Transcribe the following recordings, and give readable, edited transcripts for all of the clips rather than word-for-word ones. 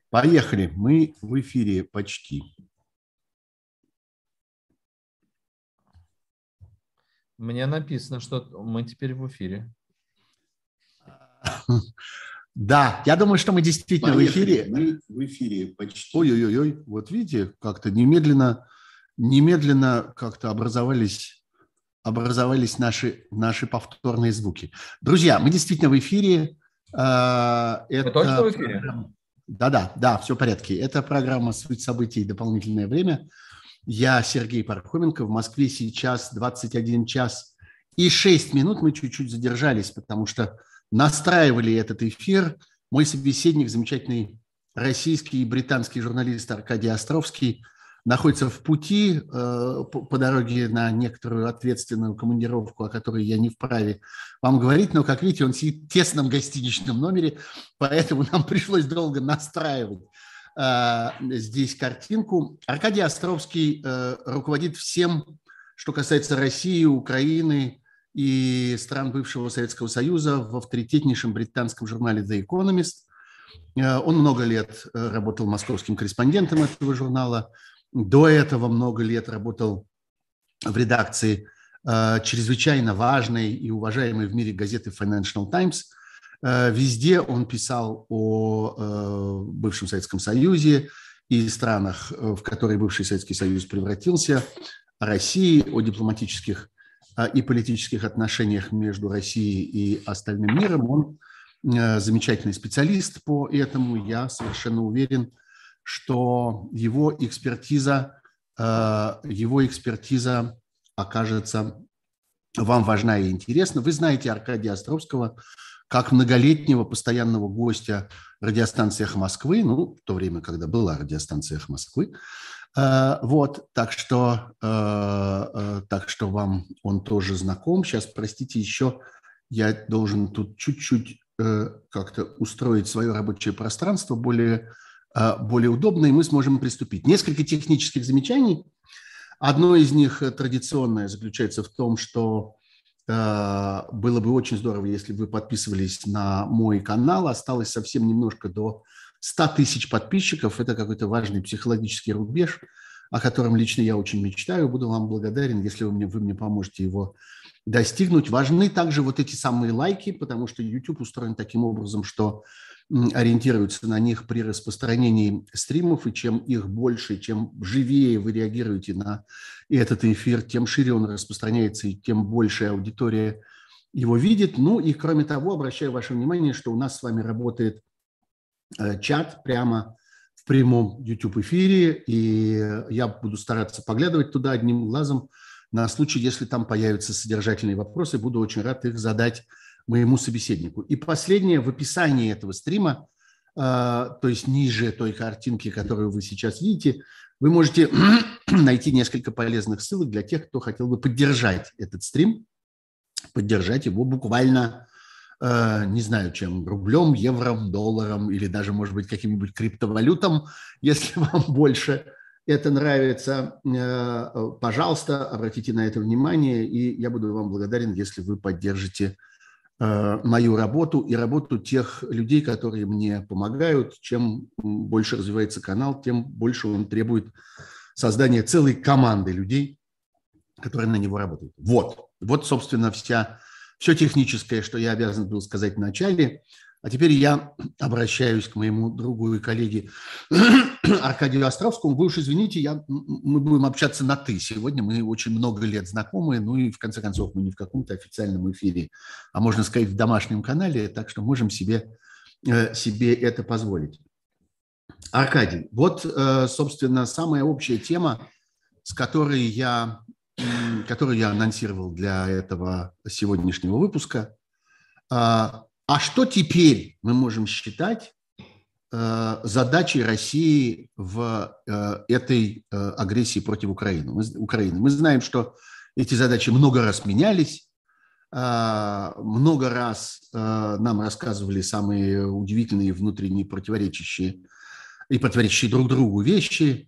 Поехали. Мы в эфире почти. Мне написано, что мы теперь в эфире. Да, я думаю, что мы действительно Поехали. в эфире. Мы в эфире почти. Ой-ой-ой, вот видите, как-то немедленно как-то образовались наши повторные звуки. Друзья, мы действительно в эфире. Мы точно в эфире? Да, все в порядке. Это программа «Суть событий. Дополнительное время». Я Сергей Пархоменко. В Москве сейчас 21 час и 6 минут. Мы чуть-чуть задержались, потому что настраивали этот эфир. Мой собеседник, замечательный российский и британский журналист Аркадий Островский, находится в пути по дороге на некоторую ответственную командировку, о которой я не вправе вам говорить, но, как видите, он сидит в тесном гостиничном номере, поэтому нам пришлось долго настраивать здесь картинку. Аркадий Островский руководит всем, что касается России, Украины и стран бывшего Советского Союза в авторитетнейшем британском журнале The Economist. Он много лет работал московским корреспондентом этого журнала. До этого много лет работал в редакции чрезвычайно важной и уважаемой в мире газеты Financial Times. Везде он писал о бывшем Советском Союзе и странах, в которые бывший Советский Союз превратился, о России, о дипломатических и политических отношениях между Россией и остальным миром. Он замечательный специалист по этому. Я совершенно уверен, что его экспертиза окажется вам важна и интересна. Вы знаете Аркадия Островского как многолетнего постоянного гостя радиостанции «Эхо Москвы», в то время, когда была радиостанция «Эхо Москвы». Так что вам он тоже знаком. Сейчас, простите, еще я должен тут чуть-чуть как-то устроить свое рабочее пространство более удобно, и мы сможем приступить. Несколько технических замечаний. Одно из них традиционное заключается в том, что было бы очень здорово, если бы вы подписывались на мой канал. Осталось совсем немножко до 100 тысяч подписчиков. Это какой-то важный психологический рубеж, о котором лично я очень мечтаю. Буду вам благодарен, если вы мне поможете его достигнуть. Важны также вот эти самые лайки, потому что YouTube устроен таким образом, что ориентируются на них при распространении стримов, и чем их больше, чем живее вы реагируете на этот эфир, тем шире он распространяется, и тем большая аудитория его видит. И кроме того, обращаю ваше внимание, что у нас с вами работает чат прямо в прямом YouTube-эфире, и я буду стараться поглядывать туда одним глазом на случай, если там появятся содержательные вопросы. Буду очень рад их задать моему собеседнику. И последнее, в описании этого стрима, то есть ниже той картинки, которую вы сейчас видите, вы можете найти несколько полезных ссылок для тех, кто хотел бы поддержать этот стрим, поддержать его буквально, не знаю чем, рублем, евро, долларом или даже, может быть, каким-нибудь криптовалютам, если вам больше это нравится. Пожалуйста, обратите на это внимание, и я буду вам благодарен, если вы поддержите мою работу и работу тех людей, которые мне помогают. Чем больше развивается канал, тем больше он требует создания целой команды людей, которые на него работают. Вот, собственно, все техническое, что я обязан был сказать в начале. А теперь я обращаюсь к моему другу и коллеге Аркадию Островскому. Вы уж извините, мы будем общаться на «ты». Сегодня мы очень много лет знакомы, и в конце концов мы не в каком-то официальном эфире, а можно сказать в домашнем канале, так что можем себе это позволить. Аркадий, собственно, самая общая тема, которую я анонсировал для этого сегодняшнего выпуска. А что теперь мы можем считать задачей России в этой агрессии против Украины? Мы знаем, что эти задачи много раз менялись, много раз нам рассказывали самые удивительные внутренние противоречащие друг другу вещи,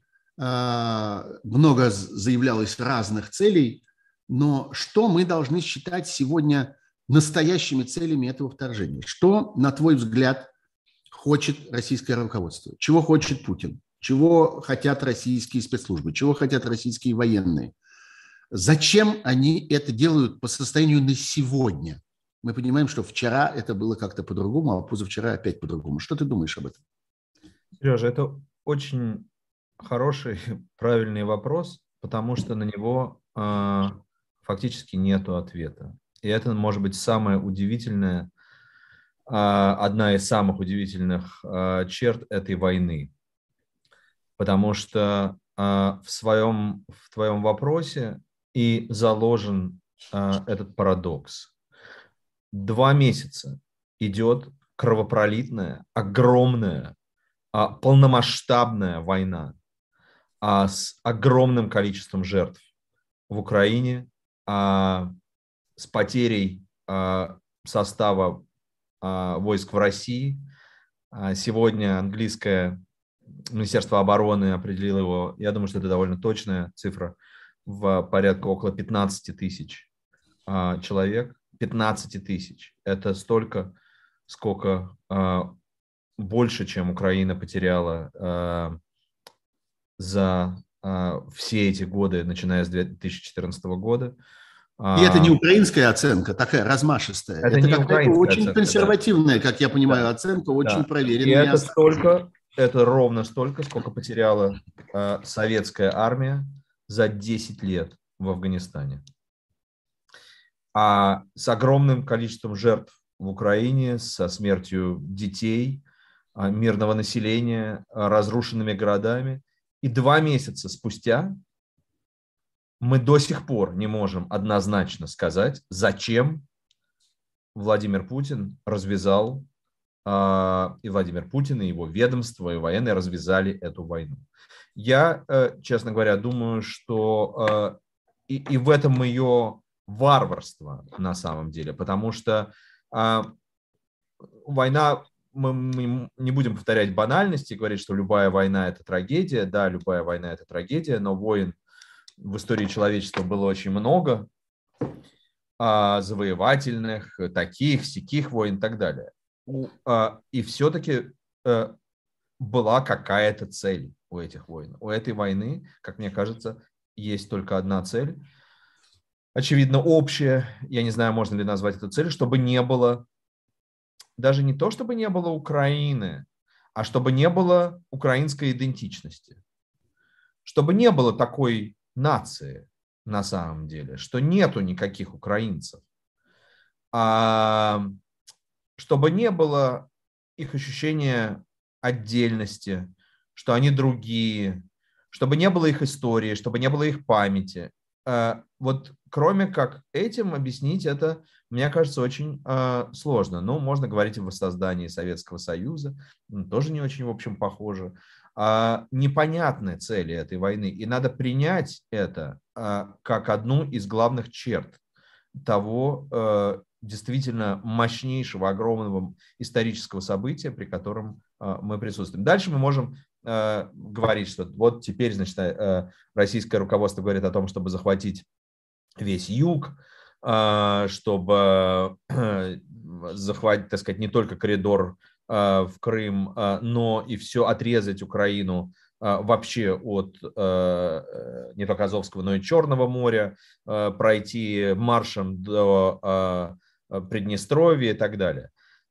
много заявлялось разных целей, но что мы должны считать сегодня настоящими целями этого вторжения? Что, на твой взгляд, хочет российское руководство, чего хочет Путин, чего хотят российские спецслужбы, чего хотят российские военные. Зачем они это делают по состоянию на сегодня? Мы понимаем, что вчера это было как-то по-другому, а позавчера опять по-другому. Что ты думаешь об этом? Сережа, это очень хороший, правильный вопрос, потому что на него фактически нету ответа. И это может быть самое удивительное, одна из самых удивительных черт этой войны. Потому что в твоем вопросе и заложен этот парадокс. 2 месяца идет кровопролитная, огромная, полномасштабная война с огромным количеством жертв в Украине, с потерей состава войск в России. Сегодня английское Министерство обороны определило его, я думаю, что это довольно точная цифра, в порядка около 15 тысяч человек. 15 тысяч. Это столько, сколько больше, чем Украина потеряла за все эти годы, начиная с 2014 года. И это не украинская оценка, такая размашистая. Это не какая-то очень оценка, консервативная, как я понимаю, оценка, очень проверенная. И это ровно столько, сколько потеряла советская армия за 10 лет в Афганистане. А с огромным количеством жертв в Украине, со смертью детей, мирного населения, разрушенными городами. И 2 месяца спустя мы до сих пор не можем однозначно сказать, зачем Владимир Путин развязал, и Владимир Путин, и его ведомство, и военные развязали эту войну. Я, честно говоря, думаю, что и в этом ее варварство на самом деле, потому что война, мы не будем повторять банальности, говорить, что любая война – это трагедия. Да, любая война – это трагедия, но войн в истории человечества было очень много, завоевательных, таких, сяких войн и так далее. И все-таки была какая-то цель у этих войн. У этой войны, как мне кажется, есть только одна цель. Очевидно, общая, я не знаю, можно ли назвать эту цель, чтобы не было, даже не то, чтобы не было Украины, а чтобы не было украинской идентичности. Чтобы не было такой нации на самом деле, что нету никаких украинцев. Чтобы не было их ощущения отдельности, что они другие, чтобы не было их истории, чтобы не было их памяти. Вот кроме как этим объяснить это, мне кажется, очень сложно. Ну, можно говорить о воссоздании Советского Союза, тоже не очень, в общем, похоже. Непонятны цели этой войны, и надо принять это как одну из главных черт того действительно мощнейшего, огромного исторического события, при котором мы присутствуем. Дальше мы можем говорить, что вот теперь, значит, российское руководство говорит о том, чтобы захватить весь юг, чтобы захватить, так сказать, не только коридор в Крым, но и все отрезать Украину вообще от не только Азовского, но и Черного моря, пройти маршем до Приднестровья и так далее.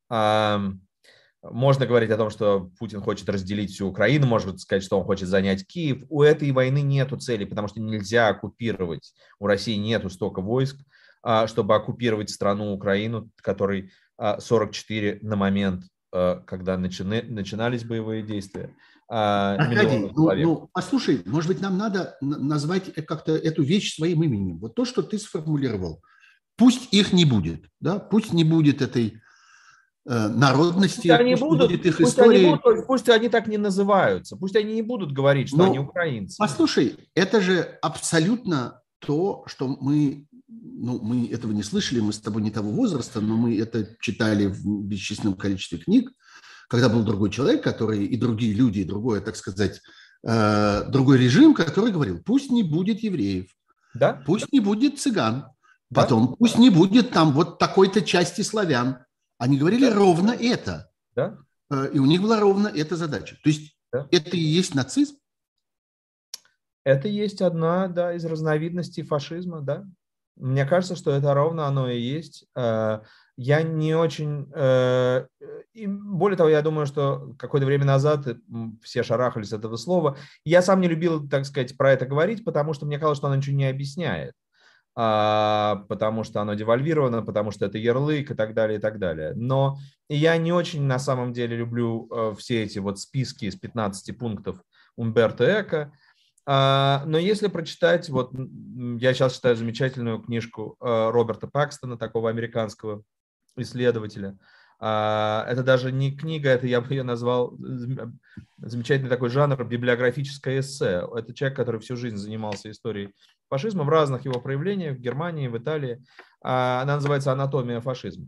Можно говорить о том, что Путин хочет разделить всю Украину, можно сказать, что он хочет занять Киев. У этой войны нету цели, потому что нельзя оккупировать. У России нету столько войск, чтобы оккупировать страну Украину, которой 44 на момент, когда начинались боевые действия. Аркадий, послушай, может быть, нам надо назвать как-то эту вещь своим именем. Вот то, что ты сформулировал. Пусть их не будет, да? Пусть не будет этой народности, пусть они так не называются, пусть они не будут говорить, что они украинцы. Послушай, это же абсолютно то, что мы этого не слышали, мы с тобой не того возраста, но мы это читали в бесчисленном количестве книг, когда был другой человек, который и другие люди, и другое, так сказать, другой режим, который говорил, пусть не будет евреев, да? Пусть не будет цыган, потом пусть не будет там вот такой-то части славян. Они говорили ровно это. Да? И у них была ровно эта задача. То есть это и есть нацизм? Это есть одна, да, из разновидностей фашизма, да. Мне кажется, что это ровно оно и есть. Я не очень... И более того, я думаю, что какое-то время назад все шарахались от этого слова. Я сам не любил, так сказать, про это говорить, потому что мне казалось, что оно ничего не объясняет. Потому что оно девальвировано, потому что это ярлык и так далее, и так далее. Но я не очень на самом деле люблю все эти вот списки из 15 пунктов Умберто Эко. Но если прочитать, вот я сейчас читаю замечательную книжку Роберта Пакстона, такого американского исследователя. Это даже не книга, это я бы ее назвал замечательный такой жанр библиографическое эссе. Это человек, который всю жизнь занимался историей фашизма в разных его проявлениях, в Германии, в Италии. Она называется «Анатомия фашизма».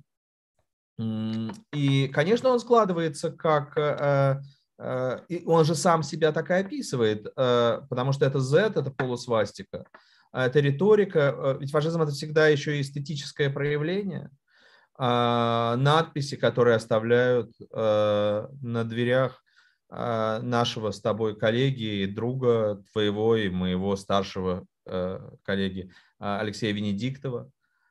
И, конечно, он складывается как... И он же сам себя так и описывает, потому что это Z, это полусвастика, это риторика. Ведь фашизм – это всегда еще и эстетическое проявление. Надписи, которые оставляют на дверях нашего с тобой коллеги, друга твоего и моего старшего коллеги Алексея Венедиктова,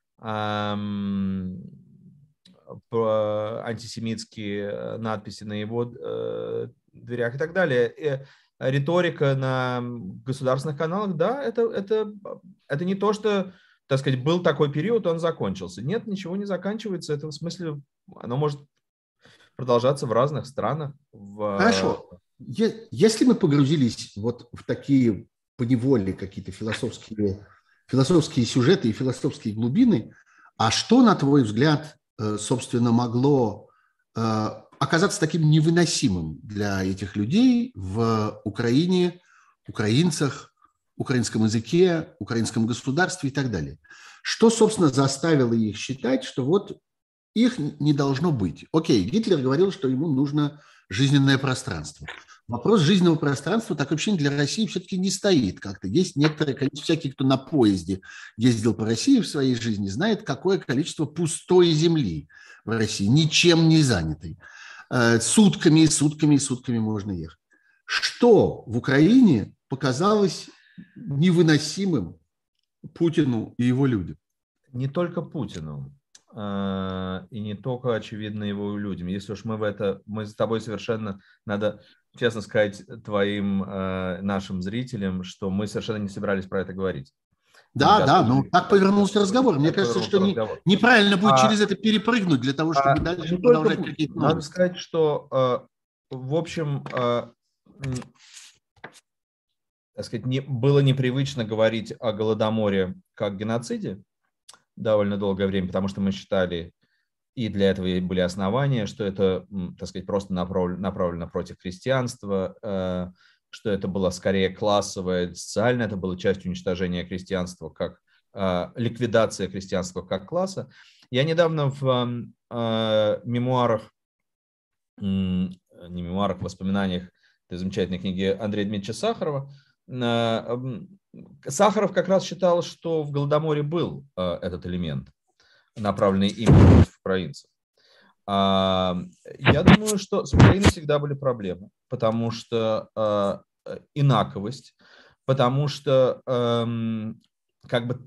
антисемитские надписи на его дверях и так далее. И риторика на государственных каналах, да, это не то, что, так сказать, был такой период, он закончился. Нет, ничего не заканчивается. Это в смысле, оно может продолжаться в разных странах. Хорошо. Если мы погрузились вот в такие поневоле какие-то философские сюжеты и философские глубины, а что, на твой взгляд, собственно, могло оказаться таким невыносимым для этих людей в Украине, украинцах, украинском языке, украинском государстве и так далее? Что, собственно, заставило их считать, что вот их не должно быть? Окей, Гитлер говорил, что ему нужно жизненное пространство. Вопрос жизненного пространства, так вообще для России все-таки не стоит как-то. Есть некоторое количество, всяких, кто на поезде ездил по России в своей жизни, знает, какое количество пустой земли в России, ничем не занятой. Сутками и сутками и сутками можно ехать. Что в Украине показалось невыносимым Путину и его людям? Не только Путину. И не только, очевидно, его людям. Если уж мы с тобой совершенно, надо честно сказать твоим нашим зрителям, что мы совершенно не собирались про это говорить. Да, но так повернулся разговор. Мне кажется, что неправильно будет через это перепрыгнуть для того, чтобы дальше продолжать какие-то новости. Надо сказать, что, в общем, так сказать, было непривычно говорить о Голодоморе как геноциде довольно долгое время, потому что мы считали, и для этого были основания, что это, так сказать, просто направлено против христианства, что это было скорее классовое, социальное, это было частью уничтожения крестьянства, как ликвидация крестьянства как класса. Я недавно в мемуарах, воспоминаниях этой замечательной книги Андрея Дмитриевича Сахарова, Сахаров как раз считал, что в Голодоморе был этот элемент, направленный именно против украинцев. Я думаю, что с Украиной всегда были проблемы, потому что инаковость, потому что как бы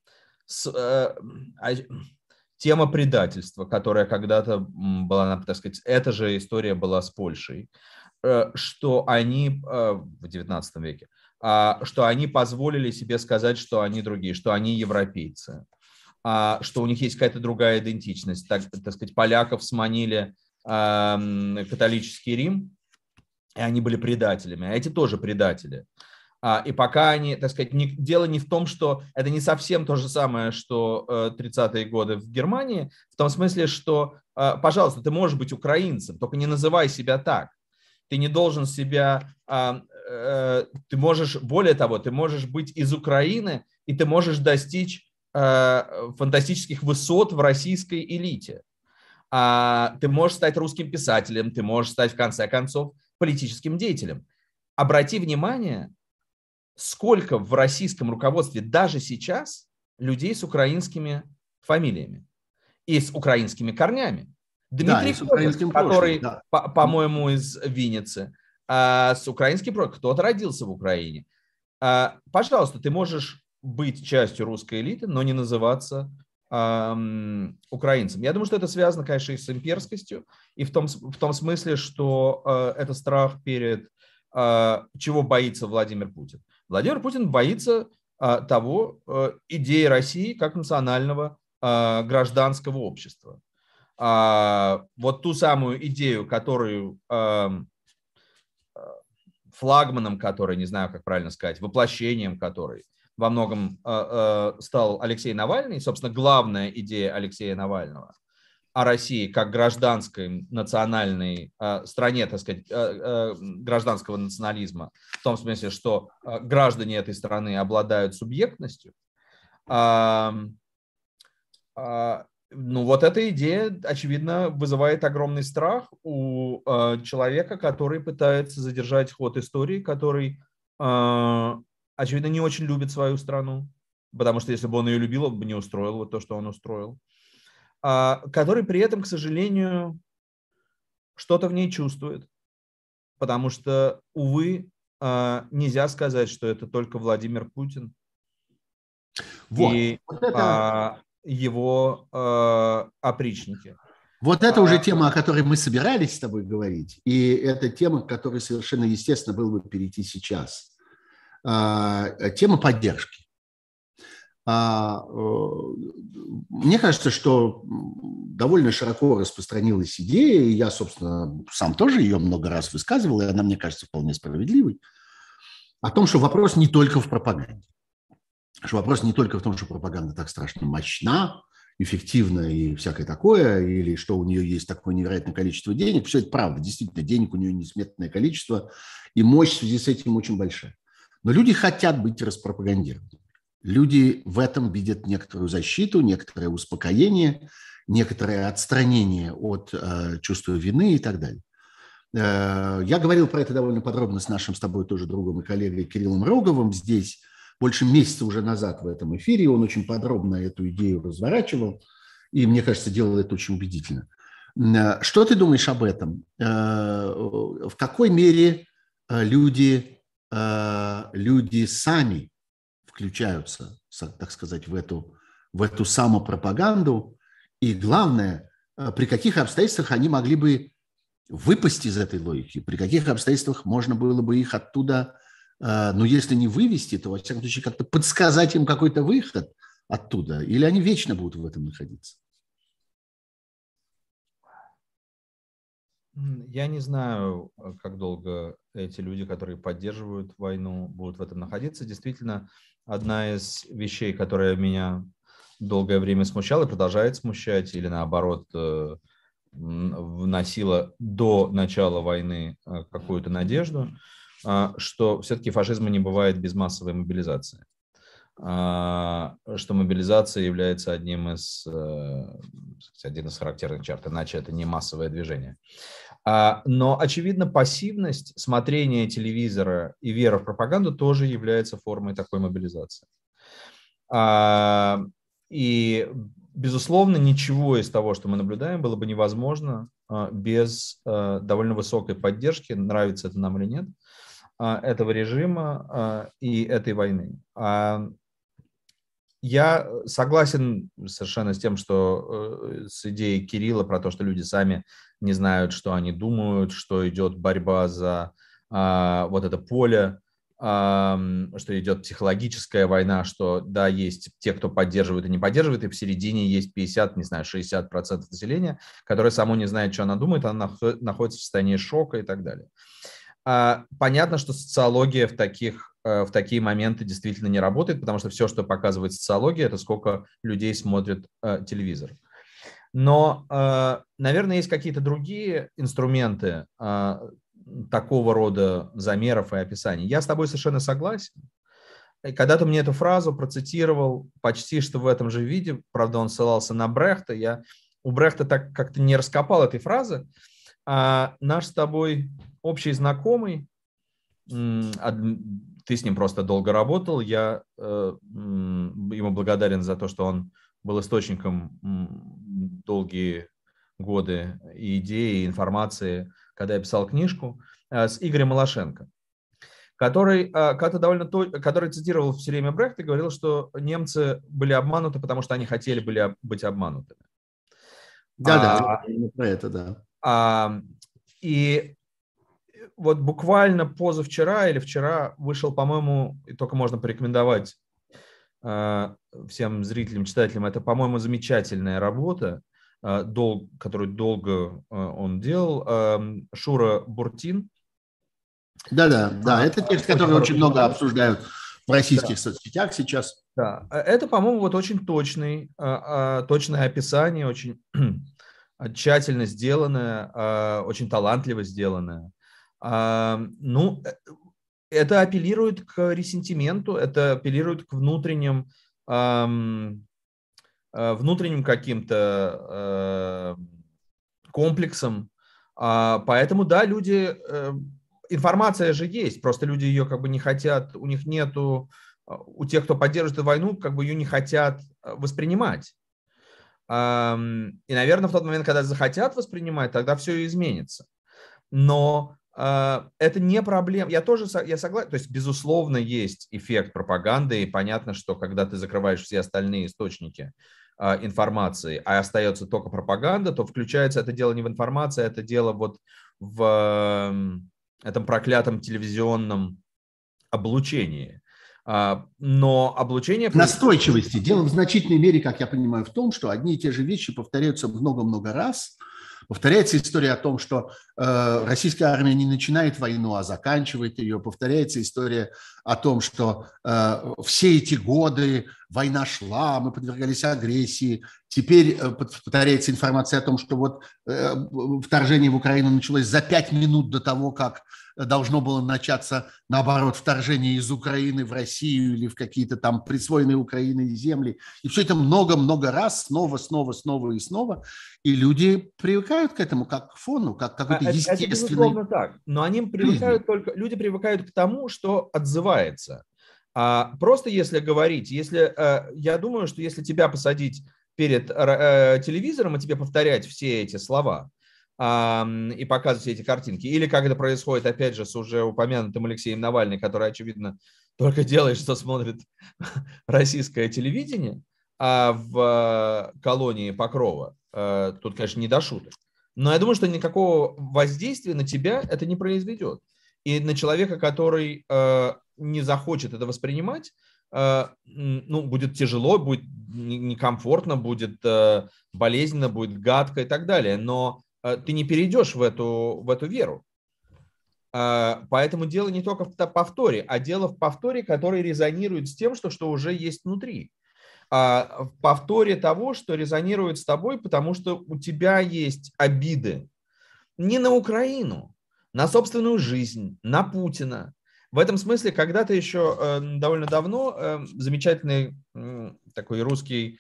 тема предательства, которая когда-то была, так сказать, эта же история была с Польшей, что они в XIX веке, что они позволили себе сказать, что они другие, что они европейцы, что у них есть какая-то другая идентичность. Так сказать, поляков сманили католический Рим, и они были предателями, а эти тоже предатели. И пока они, так сказать, дело не в том, что это не совсем то же самое, что 30-е годы в Германии, в том смысле, что, пожалуйста, ты можешь быть украинцем, только не называй себя так. Ты не должен себя, ты можешь, более того, ты можешь быть из Украины, и ты можешь достичь фантастических высот в российской элите. Ты можешь стать русским писателем, ты можешь стать, в конце концов, политическим деятелем. Обрати внимание, сколько в российском руководстве даже сейчас людей с украинскими фамилиями и с украинскими корнями. Дмитрий с украинским Козак, который, прошлым, да. по-моему, из Винницы, с украинским прошлым, кто-то родился в Украине. Пожалуйста, ты можешь быть частью русской элиты, но не называться украинцем. Я думаю, что это связано, конечно, и с имперскостью, и в том смысле, что это страх перед... чего боится Владимир Путин. Владимир Путин боится того, идеи России как национального гражданского общества. Вот ту самую идею, которую флагманом которой, не знаю, как правильно сказать, воплощением которой во многом стал Алексей Навальный. Собственно, главная идея Алексея Навального о России как гражданской национальной стране, так сказать, гражданского национализма, в том смысле, что граждане этой страны обладают субъектностью. Ну, вот эта идея, очевидно, вызывает огромный страх у человека, который пытается задержать ход истории, который, очевидно, не очень любит свою страну, потому что если бы он ее любил, он бы не устроил вот то, что он устроил, который при этом, к сожалению, что-то в ней чувствует, потому что, увы, нельзя сказать, что это только Владимир Путин. Вот, И вот это... его опричники. Вот это уже тема, о которой мы собирались с тобой говорить, и это тема, к которой совершенно естественно было бы перейти сейчас. Тема поддержки. Мне кажется, что довольно широко распространилась идея, и я, собственно, сам тоже ее много раз высказывал, и она, мне кажется, вполне справедливой, о том, что вопрос не только в пропаганде. Что вопрос не только в том, что пропаганда так страшно мощна, эффективна и всякое такое, или что у нее есть такое невероятное количество денег. Все это правда, действительно, денег у нее несметное количество, и мощь в связи с этим очень большая. Но люди хотят быть распропагандированными. Люди в этом видят некоторую защиту, некоторое успокоение, некоторое отстранение от чувства вины и так далее. Я говорил про это довольно подробно с нашим с тобой тоже другом и коллегой Кириллом Роговым здесь, больше месяца уже назад в этом эфире. Он очень подробно эту идею разворачивал, и, мне кажется, делал это очень убедительно. Что ты думаешь об этом? В какой мере люди сами включаются, так сказать, в эту самопропаганду? И главное, при каких обстоятельствах они могли бы выпасть из этой логики? При каких обстоятельствах можно было бы их оттуда... Но если не вывести, то, во всяком случае, как-то подсказать им какой-то выход оттуда, или они вечно будут в этом находиться? Я не знаю, как долго эти люди, которые поддерживают войну, будут в этом находиться. Действительно, одна из вещей, которая меня долгое время смущала и продолжает смущать, или наоборот, вносила до начала войны какую-то надежду, что все-таки фашизма не бывает без массовой мобилизации. Что мобилизация является одним из характерных черт, иначе это не массовое движение. Но, очевидно, пассивность, смотрение телевизора и вера в пропаганду тоже является формой такой мобилизации. И, безусловно, ничего из того, что мы наблюдаем, было бы невозможно без довольно высокой поддержки, нравится это нам или нет, этого режима и этой войны. Я согласен совершенно с тем, что с идеей Кирилла про то, что люди сами не знают, что они думают, что идет борьба за вот это поле, что идет психологическая война, что да, есть те, кто поддерживает и не поддерживает, и в середине есть 50, не знаю, 60% населения, которое само не знает, что она думает, она находится в состоянии шока и так далее. Понятно, что социология в такие моменты действительно не работает, потому что все, что показывает социология, это сколько людей смотрят телевизор. Но, наверное, есть какие-то другие инструменты такого рода замеров и описаний. Я с тобой совершенно согласен. Когда ты мне эту фразу процитировал почти что в этом же виде, правда, он ссылался на Брехта, я у Брехта так как-то не раскопал этой фразы, а наш с тобой общий знакомый, ты с ним просто долго работал, я ему благодарен за то, что он был источником долгие годы и идеи, и информации, когда я писал книжку, с Игорем Малашенко, который цитировал все время Брехта и говорил, что немцы были обмануты, потому что они хотели были быть обманутыми. Да, именно про это, да. И вот буквально позавчера или вчера вышел, по-моему, и только можно порекомендовать всем зрителям, читателям, это, по-моему, замечательная работа, которую долго он делал, Шура Буртин. Да, это текст, который очень много обсуждают в российских соцсетях сейчас. Да, это, по-моему, вот очень точное описание, очень тщательно сделанное, очень талантливо сделанное. Ну, это апеллирует к ресентименту, это апеллирует к внутренним каким-то комплексам. Поэтому, да, люди... Информация же есть, просто люди ее как бы не хотят, у них нету... У тех, кто поддерживает эту войну, как бы ее не хотят воспринимать. И, наверное, в тот момент, когда захотят воспринимать, тогда все изменится. Но это не проблема. Я согласен. То есть, безусловно, есть эффект пропаганды, и понятно, что когда ты закрываешь все остальные источники информации, а остается только пропаганда, то включается это дело не в информации, это дело вот в этом проклятом телевизионном облучении. Но облучение... Настойчивости. Дело в значительной мере, как я понимаю, в том, что одни и те же вещи повторяются много-много раз. Повторяется история о том, что российская армия не начинает войну, а заканчивает ее. Повторяется история о том, что все эти годы война шла, мы подвергались агрессии. Теперь повторяется информация о том, что вот вторжение в Украину началось за 5 минут до того, как должно было начаться, наоборот, вторжение из Украины в Россию или в какие-то там присвоенные Украиной земли. И все это много-много раз, снова и снова. И люди привыкают к этому как к фону, как какой-то естественный... Это безусловно так. Но они привыкают люди привыкают к тому, что отзывается. Просто если говорить, я думаю, что если тебя посадить перед телевизором и тебе повторять все эти слова, и показывать эти картинки. Или как это происходит, опять же, с уже упомянутым Алексеем Навальным, который, очевидно, только делает, что смотрит российское телевидение, а в колонии Покрова тут, конечно, не до шуток. Но я думаю, что никакого воздействия на тебя это не произведет. И на человека, который не захочет это воспринимать, будет тяжело, будет некомфортно, будет болезненно, будет гадко и так далее. Но ты не перейдешь в эту веру. Поэтому дело не только в повторе, а дело в повторе, который резонирует с тем, что уже есть внутри. В повторе того, что резонирует с тобой, потому что у тебя есть обиды не на Украину, на собственную жизнь, на Путина. В этом смысле когда-то еще довольно давно замечательный такой русский,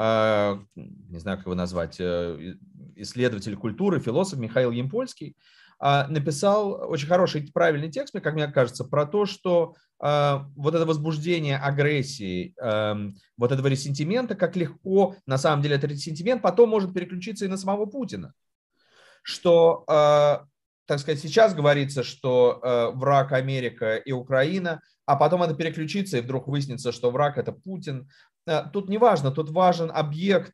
не знаю, как его назвать, исследователь культуры, философ Михаил Ямпольский написал очень хороший, правильный текст, как мне кажется, про то, что вот это возбуждение агрессии, вот этого ресентимента, как легко, на самом деле, этот ресентимент потом может переключиться и на самого Путина. Что, так сказать, сейчас говорится, что враг Америка и Украина, а потом это переключится, и вдруг выяснится, что враг – это Путин. Тут не важно, тут важен объект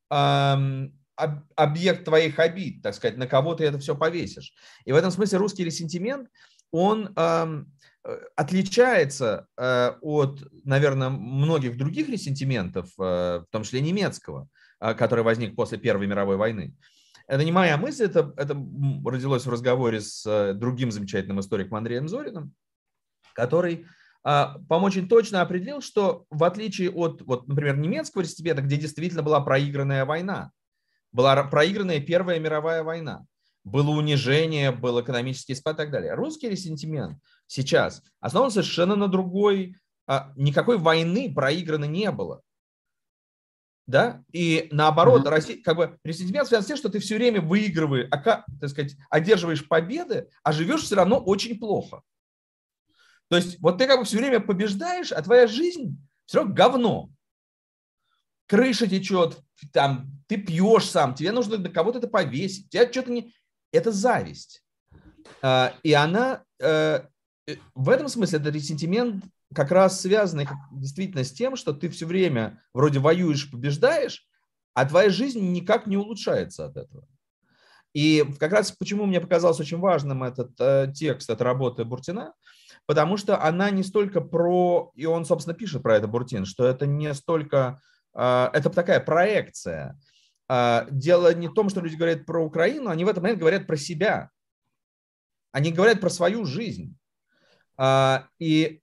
твоих обид, так сказать, на кого ты это все повесишь. И в этом смысле русский ресентимент, он отличается от, наверное, многих других ресентиментов, в том числе немецкого, который возник после Первой мировой войны. Это не моя мысль, это родилось в разговоре с другим замечательным историком Андреем Зориным, который, по-моему, очень точно определил, что в отличие от, вот, например, немецкого ресентимента, где действительно была проигранная война, была проигранная Первая мировая война, было унижение, был экономический спад и так далее. Русский ресентимент сейчас основан совершенно на другой, никакой войны проиграно не было. Да? И наоборот, как бы ресентимент связан с тем, что ты все время выигрываешь, так сказать, одерживаешь победы, а живешь все равно очень плохо. То есть вот ты как бы все время побеждаешь, а твоя жизнь все равно говно. крыша течет, там, ты пьешь сам, тебе нужно на кого-то это повесить, тебя что-то не... Это зависть. И она, в этом смысле, этот ресентимент как раз связанный действительно с тем, что ты все время вроде воюешь, побеждаешь, а твоя жизнь никак не улучшается от этого. И как раз почему мне показалось очень важным этот текст, эта работа Буртина, потому что она не столько про, и он, собственно, пишет про это, Буртин, что это не столько, это такая проекция. Дело не в том, что люди говорят про Украину, они в этот момент говорят про себя. Они говорят про свою жизнь. И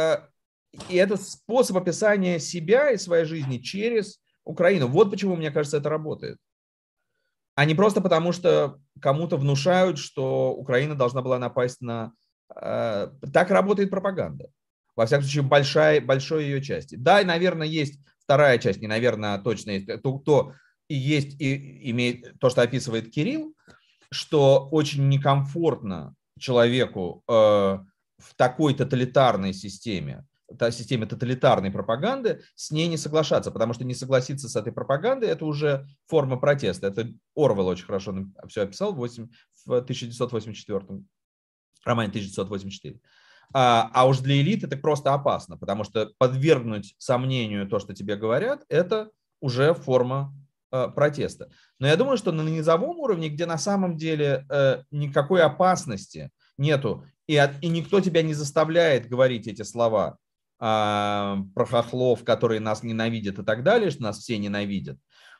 это способ описания себя и своей жизни через Украину. Вот почему, мне кажется, это работает. А не просто потому, что кому-то внушают, что Украина должна была напасть на... Так работает пропаганда. Во всяком случае, большой ее части. Да, и, наверное, есть вторая часть, не наверное, а точно есть, кто и есть, и имеет то, что описывает Кирилл, что очень некомфортно человеку в такой тоталитарной системе тоталитарной пропаганды, с ней не соглашаться, потому что не согласиться с этой пропагандой – это уже форма протеста. Это Орвелл очень хорошо все описал в 1984, романе 1984. А уж для элиты это просто опасно, потому что подвергнуть сомнению то, что тебе говорят, это уже форма протеста. Но я думаю, что на низовом уровне, где на самом деле никакой опасности нету, и никто тебя не заставляет говорить эти слова, про хохлов, которые нас ненавидят и так далее, что нас все ненавидят.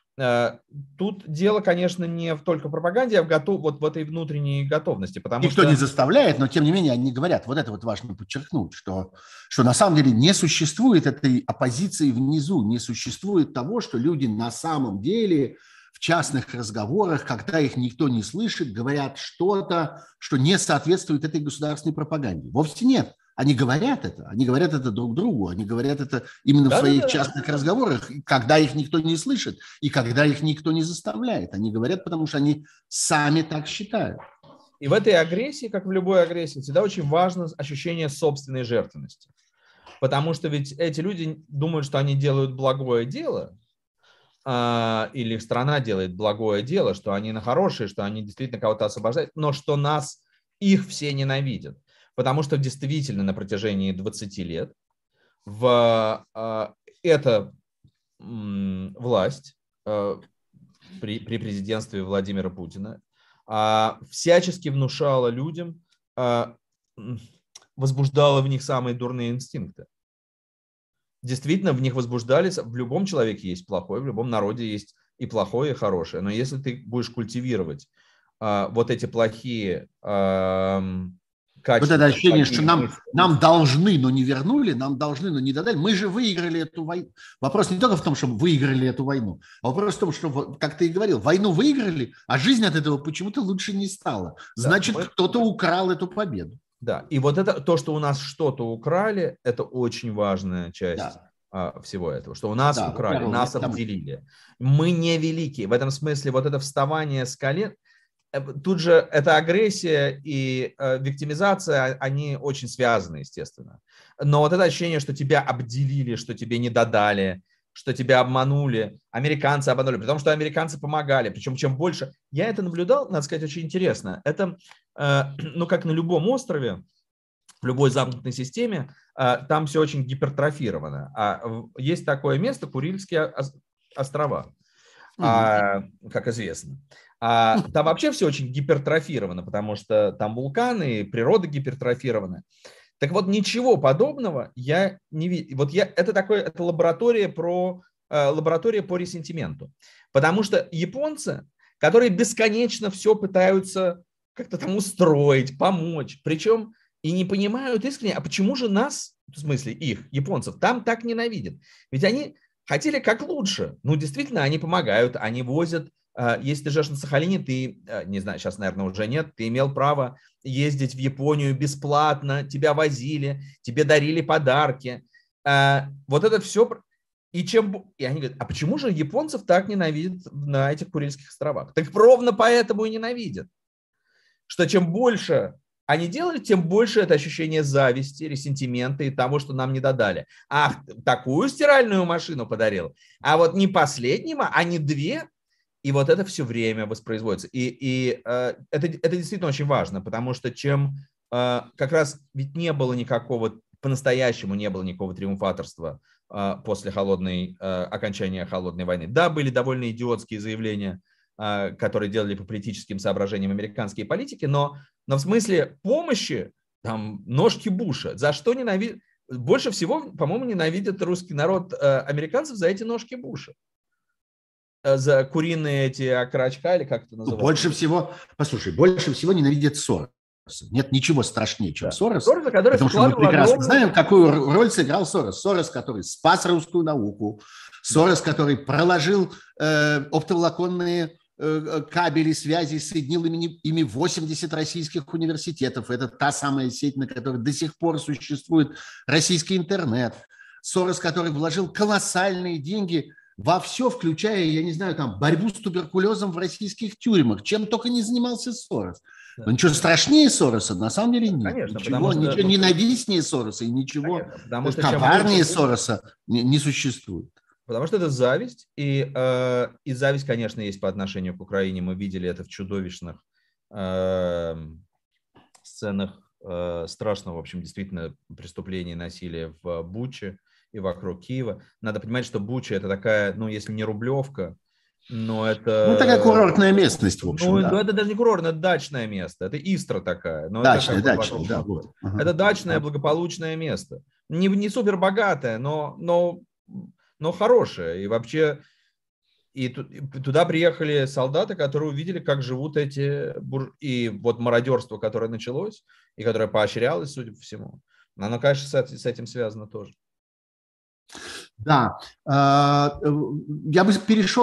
Тут дело, конечно, не только в пропаганде, а вот в этой внутренней готовности. Никто не заставляет, но тем не менее они говорят, вот это вот важно подчеркнуть, что на самом деле не существует этой оппозиции внизу, не существует того, что люди на самом деле в частных разговорах, когда их никто не слышит, говорят что-то, что не соответствует этой государственной пропаганде. Вовсе нет. Они говорят это друг другу, они говорят это именно в своих частных разговорах, когда их никто не слышит и когда их никто не заставляет. Они говорят, потому что они сами так считают. И в этой агрессии, как в любой агрессии, всегда очень важно ощущение собственной жертвенности. Потому что ведь эти люди думают, что они делают благое дело, или их страна делает благое дело, что они хорошие, что они действительно кого-то освобождают, но что их все ненавидят. Потому что действительно на протяжении 20 лет эта власть при президентстве Владимира Путина всячески внушала людям, возбуждала в них самые дурные инстинкты. Действительно, в них возбуждались, в любом человеке есть плохое, в любом народе есть и плохое, и хорошее. Но если ты будешь культивировать вот эти плохие вот это ощущение, что нам должны, но не вернули, нам должны, но не додали. Мы же выиграли эту войну. Вопрос не только в том, чтобы выиграли эту войну, а вопрос в том, что, как ты и говорил, войну выиграли, а жизнь от этого почему-то лучше не стала. Значит, кто-то украл эту победу. Да, и вот это то, что у нас что-то украли, это очень важная часть всего этого, что у нас украли, нас обделили. Мы не великие. В этом смысле вот это вставание с колен, тут же эта агрессия и виктимизация, они очень связаны, естественно. Но вот это ощущение, что тебя обделили, что тебе не додали, что тебя обманули, американцы обманули, при том, что американцы помогали. Причем чем больше... Я это наблюдал, надо сказать, очень интересно. Это, как на любом острове, в любой замкнутой системе, там все очень гипертрофировано. Есть такое место, Курильские острова, как известно. Там вообще все очень гипертрофировано, потому что там вулканы, природа гипертрофирована. Так вот, ничего подобного я не видел. Вот это лаборатория по ресентименту. Потому что японцы, которые бесконечно все пытаются как-то там устроить, помочь, причем и не понимают искренне, а почему же нас, в смысле их, японцев, там так ненавидят? Ведь они хотели как лучше. Ну, действительно, они помогают, они возят. Если ты живешь на Сахалине, ты, не знаю, сейчас, наверное, уже нет, ты имел право ездить в Японию бесплатно, тебя возили, тебе дарили подарки. Вот это все. И они говорят, а почему же японцев так ненавидят на этих Курильских островах? Так ровно поэтому и ненавидят. Что чем больше они делали, тем больше это ощущение зависти, ресентимента и того, что нам не додали. Ах, такую стиральную машину подарил, а вот не последнего, а не две. И вот это все время воспроизводится. И это действительно очень важно, потому что как раз ведь не было никакого, по-настоящему не было никакого триумфаторства после окончания холодной войны. Да, были довольно идиотские заявления, которые делали по политическим соображениям американские политики, но в смысле помощи, там, ножки Буша, за что ненавидят, больше всего, по-моему, ненавидит русский народ американцев за эти ножки Буша. За куриные эти окорочка, или как это называется? Больше всего ненавидят Сороса. Нет ничего страшнее, чем Сорос. Сороса, потому что мы прекрасно знаем, какую роль сыграл Сорос. Сорос, который спас русскую науку. Сорос, который проложил оптоволоконные кабели связи, соединил ими 80 российских университетов. Это та самая сеть, на которой до сих пор существует российский интернет. Сорос, который вложил колоссальные деньги во все, включая, я не знаю, там, борьбу с туберкулезом в российских тюрьмах. Чем только не занимался Сорос. Но ничего страшнее Сороса на самом деле нет. Конечно, ничего ненавистнее Сороса и ничего коварнее Сороса не существует. Потому что это зависть, и зависть, конечно, есть по отношению к Украине. Мы видели это в чудовищных сценах страшного, в общем, действительно, преступления и насилия в Буче и вокруг Киева. Надо понимать, что Буча – это такая, ну, если не Рублевка, но это… Ну, такая курортная местность, в общем, да. Это даже не курортное, это дачное место, это Истра такая. Дачное, да. Вот. Это дачное, благополучное место. Не супер богатое, но хорошее. И вообще, и туда приехали солдаты, которые увидели, как живут и вот мародерство, которое началось, и которое поощрялось, судя по всему. Оно, конечно, с этим связано тоже. Да, я бы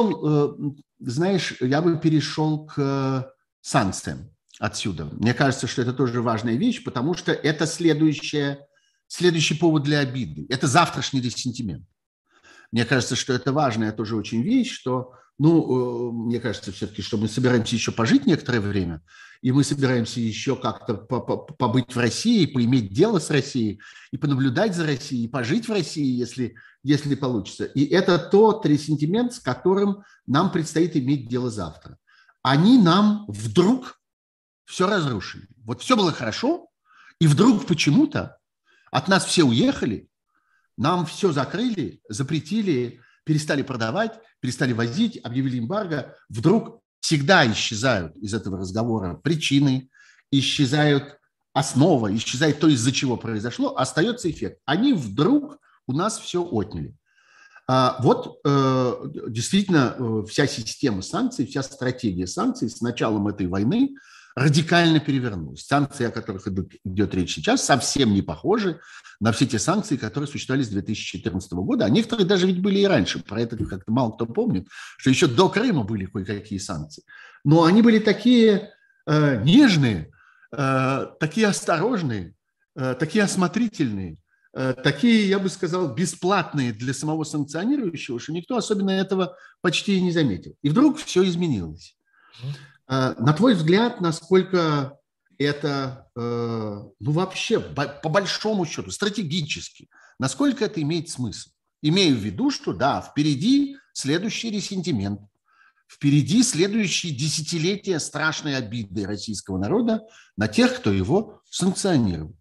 перешел к санкциям отсюда. Мне кажется, что это тоже важная вещь, потому что это следующий повод для обиды. Это завтрашний ресентимент. Мне кажется, что это важная тоже очень вещь, что, мне кажется все-таки, что мы собираемся еще пожить некоторое время, и мы собираемся еще как-то побыть в России, поиметь дело с Россией, и понаблюдать за Россией, и пожить в России, если получится. И это тот ресентимент, с которым нам предстоит иметь дело завтра. Они нам вдруг все разрушили. Вот все было хорошо, и вдруг почему-то от нас все уехали, нам все закрыли, запретили, перестали продавать, перестали возить, объявили эмбарго. Вдруг всегда исчезают из этого разговора причины, исчезают основа, исчезает то, из-за чего произошло, остается эффект. Они вдруг у нас все отняли. Вот действительно вся система санкций, вся стратегия санкций с началом этой войны радикально перевернулась. Санкции, о которых идет речь сейчас, совсем не похожи на все те санкции, которые существовали с 2014 года. А некоторые даже ведь были и раньше. Про это как-то мало кто помнит, что еще до Крыма были кое-какие санкции. Но они были такие нежные, такие осторожные, такие осмотрительные, такие, я бы сказал, бесплатные для самого санкционирующего, что никто особенно этого почти и не заметил. И вдруг все изменилось. На твой взгляд, насколько это, вообще, по большому счету, стратегически, насколько это имеет смысл? Имею в виду, что да, впереди следующий ресентимент, впереди следующие десятилетия страшной обиды российского народа на тех, кто его санкционировал.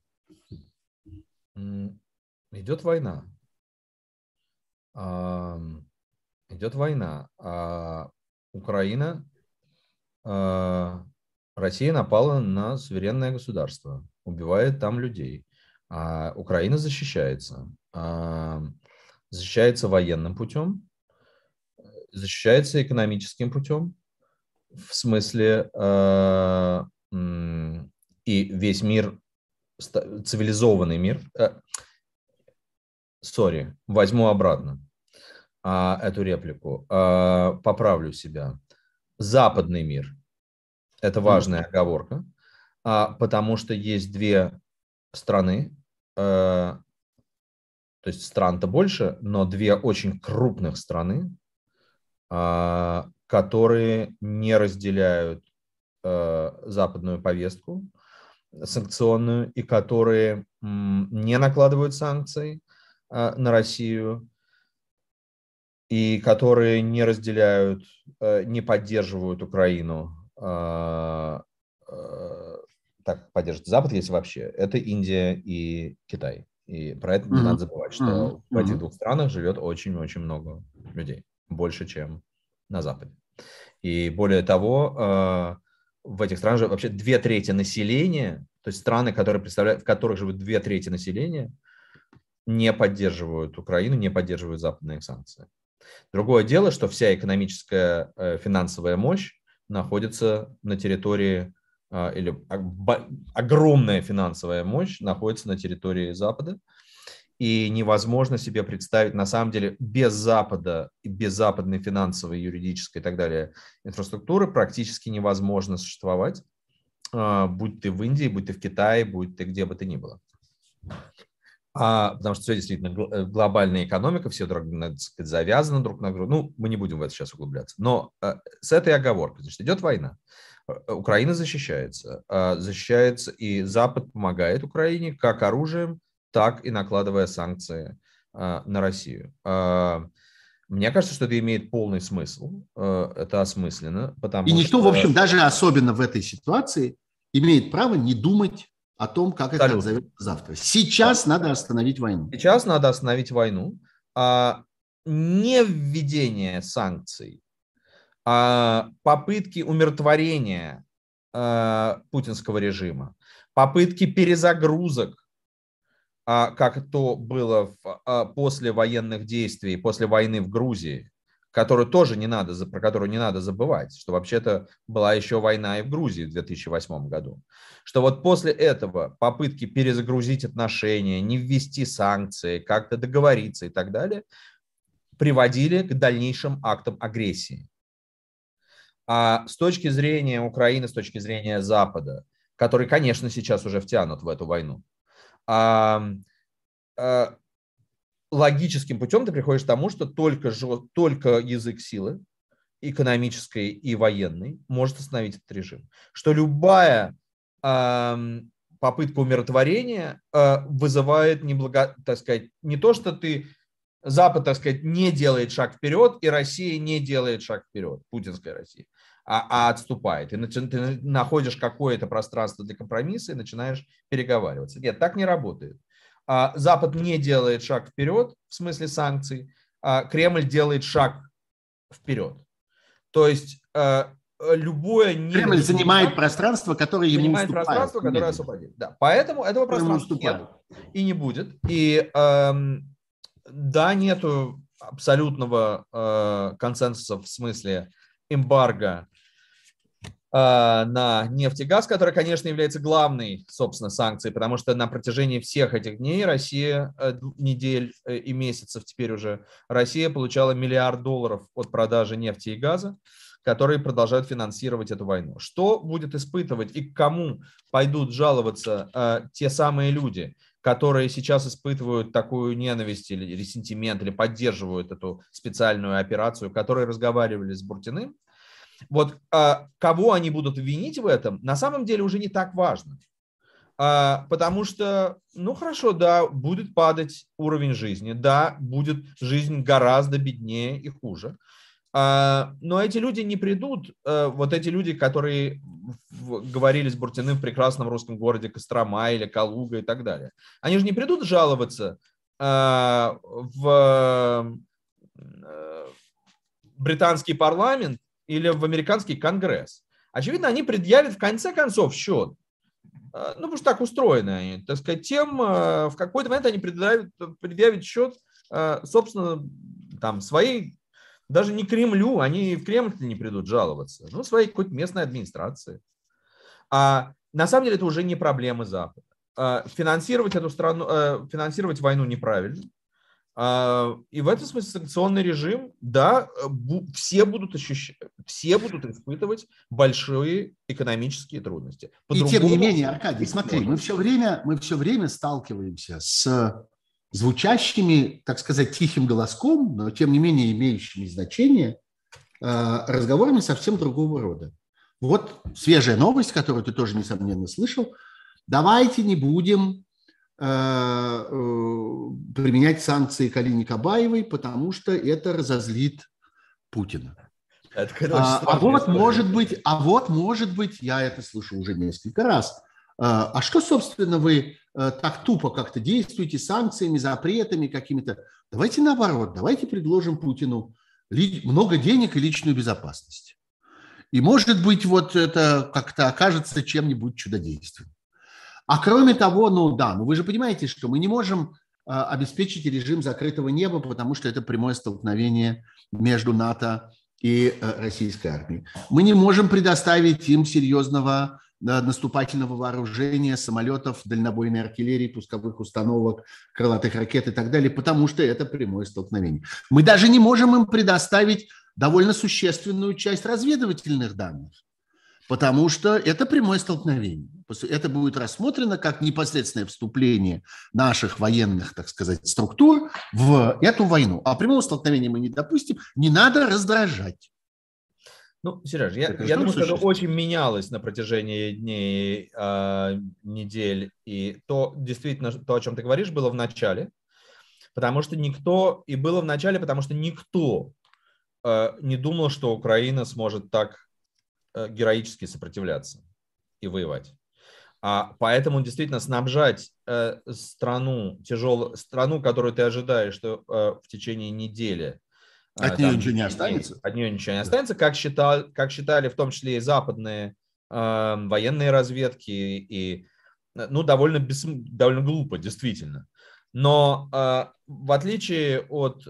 Идет война. Идет война. Украина, Россия напала на суверенное государство, убивает там людей. Украина защищается. Защищается военным путем, защищается экономическим путем. В смысле, и весь мир, цивилизованный мир, возьму обратно эту реплику, поправлю себя. Западный мир – это важная оговорка, потому что есть две страны, то есть стран-то больше, но две очень крупных страны, которые не разделяют западную повестку, санкционную и которые не накладывают санкции на Россию и которые не разделяют, не поддерживают Украину, так поддерживает Запад, если вообще, это Индия и Китай. И про это не надо забывать, что в этих двух странах живет очень-очень много людей, больше, чем на Западе. И более того, в этих странах вообще 2/3 населения, то есть страны, которые представляют, в которых живет 2/3 населения, не поддерживают Украину, не поддерживают западные санкции. Другое дело, что вся экономическая финансовая мощь находится на территории, или огромная финансовая мощь находится на территории Запада, и невозможно себе представить, на самом деле, без Запада и без западной финансовой, юридической и так далее инфраструктуры практически невозможно существовать, будь ты в Индии, будь ты в Китае, будь ты где бы ты ни было. Потому что все действительно глобальная экономика, все, так сказать, завязано друг на друга. Ну, мы не будем в это сейчас углубляться. Но с этой оговоркой, значит, идет война. Украина защищается, и Запад помогает Украине как оружием, так и накладывая санкции на Россию. Мне кажется, что это имеет полный смысл, это осмысленно, потому что... И никто, в общем, даже особенно в этой ситуации имеет право не думать о том, как это отзовется завтра. Сейчас надо остановить войну. Сейчас надо остановить войну. Не введение санкций, попытки умиротворения путинского режима, попытки перезагрузок, как то было после военных действий, после войны в Грузии, про которую не надо забывать, что вообще-то была еще война и в Грузии в 2008 году. Что вот после этого попытки перезагрузить отношения, не ввести санкции, как-то договориться и так далее, приводили к дальнейшим актам агрессии. А с точки зрения Украины, с точки зрения Запада, который, конечно, сейчас уже втянут в эту войну, логическим путем ты приходишь к тому, что только язык силы, экономической и военной, может остановить этот режим. Что любая попытка умиротворения вызывает не то, что Запад, так сказать, не делает шаг вперед, и Россия не делает шаг вперед, путинская Россия, а отступает. И ты находишь какое-то пространство для компромисса и начинаешь переговариваться. Нет, так не работает. Запад не делает шаг вперед в смысле санкций, Кремль делает шаг вперед. То есть любое... Кремль занимает пространство, которое ему уступает. Занимает пространство, которое освободит. Да. Поэтому этого пространства нет и не будет. И да, нету абсолютного консенсуса в смысле эмбарго на нефть и газ, которая, конечно, является главной, собственно, санкцией, потому что на протяжении всех этих дней недель и месяцев теперь уже, Россия получала $1 миллиард от продажи нефти и газа, которые продолжают финансировать эту войну. Что будет испытывать и к кому пойдут жаловаться те самые люди, которые сейчас испытывают такую ненависть или ресентимент, или поддерживают эту специальную операцию, которые разговаривали с Буртиным? Вот кого они будут винить в этом, на самом деле уже не так важно. Потому что, ну хорошо, да, будет падать уровень жизни, да, будет жизнь гораздо беднее и хуже. Но эти люди не придут, вот эти люди, которые говорили с Буртиным в прекрасном русском городе Кострома или Калуга и так далее, они же не придут жаловаться в британский парламент или в американский конгресс. Очевидно, они предъявят в конце концов счет. Ну, потому что так устроены они. Так сказать, тем в какой-то момент они предъявят счет, собственно, там, своей, даже не Кремлю, они в Кремль не придут жаловаться, ну, своей какой-то местной администрации. А на самом деле это уже не проблемы Запада. Финансировать эту страну, финансировать войну неправильно. И в этом смысле санкционный режим, да, все будут испытывать большие экономические трудности. И тем не менее, Аркадий, смотри, мы все время сталкиваемся с звучащими, так сказать, тихим голоском, но тем не менее имеющими значение, разговорами совсем другого рода. Вот свежая новость, которую ты тоже, несомненно, слышал. давайте не будем применять санкции к Алине Кабаевой, потому что это разозлит Путина. Вот может быть, я это слышу уже несколько раз. А что, собственно, вы так тупо как-то действуете санкциями, запретами какими-то? Давайте наоборот, давайте предложим Путину много денег и личную безопасность. И, может быть, вот это как-то окажется чем-нибудь чудодейственным. А кроме того, вы же понимаете, что мы не можем обеспечить режим закрытого неба, потому что это прямое столкновение между НАТО и российской армией. Мы не можем предоставить им серьезного наступательного вооружения, самолетов, дальнобойной артиллерии, пусковых установок, крылатых ракет и так далее, потому что это прямое столкновение. Мы даже не можем им предоставить довольно существенную часть разведывательных данных, потому что это прямое столкновение. Это будет рассмотрено как непосредственное вступление наших военных, так сказать, структур в эту войну. А прямого столкновения мы не допустим, не надо раздражать. Сереж, я думаю, что это очень менялось на протяжении дней, недель. И то, действительно, то, о чем ты говоришь, было в начале. Потому что никто не думал, что Украина сможет так героически сопротивляться и воевать. Поэтому действительно снабжать страну, которую ты ожидаешь, что в течение недели от нее ничего не останется. От нее ничего не останется, как считали в том числе и западные военные разведки, и довольно глупо, действительно. Но в отличие от,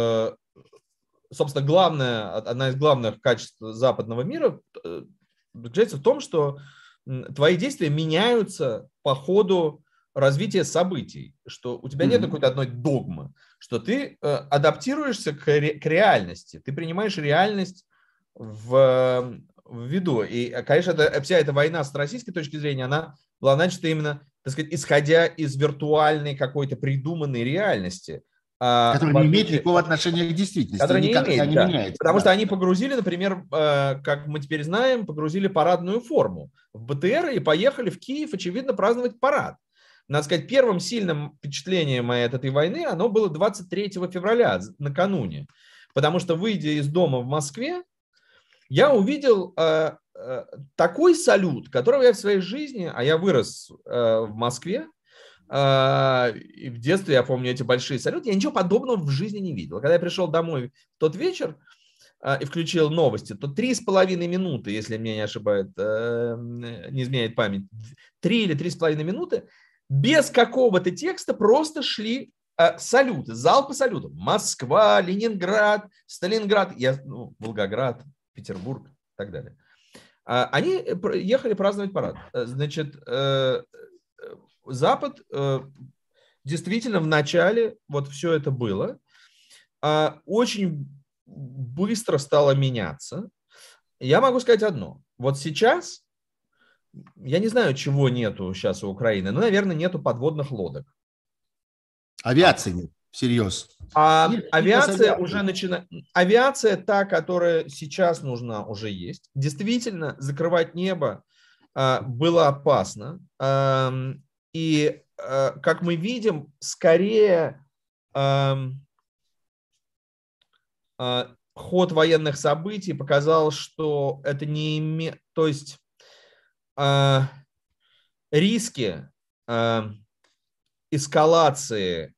собственно, одна из главных качеств западного мира заключается в том, что твои действия меняются по ходу развития событий, что у тебя нет какой-то одной догмы, что ты адаптируешься к реальности, ты принимаешь реальность в виду. И, конечно, вся эта война с российской точки зрения, она была начата именно, так сказать, исходя из виртуальной какой-то придуманной реальности. Которая не имеет никакого отношения к действительности. Которая не меняется. Потому что они погрузили, например, как мы теперь знаем, погрузили парадную форму в БТР и поехали в Киев, очевидно, праздновать парад. Надо сказать, первым сильным впечатлением от этой войны оно было 23 февраля, накануне. Потому что, выйдя из дома в Москве, я увидел такой салют, которого я в своей жизни, а я вырос в Москве, и в детстве я помню эти большие салюты, я ничего подобного в жизни не видел. Когда я пришел домой в тот вечер и включил новости, то 3,5 минуты, если меня не ошибает, не изменяет память, 3 или 3,5 минуты, без какого-то текста просто шли салюты, залпы салютов. Москва, Ленинград, Сталинград, Волгоград, Петербург и так далее. Они ехали праздновать парад. Значит, Запад действительно в начале вот все это было. Очень быстро стало меняться. Я могу сказать одно. Вот сейчас, я не знаю, чего нету сейчас у Украины, но, наверное, нету подводных лодок. Авиации нет, всерьез. Авиация уже начинает. Авиация та, которая сейчас нужна, уже есть. Действительно, закрывать небо было опасно. И, как мы видим, скорее ход военных событий показал, что это не имеет... То есть риски эскалации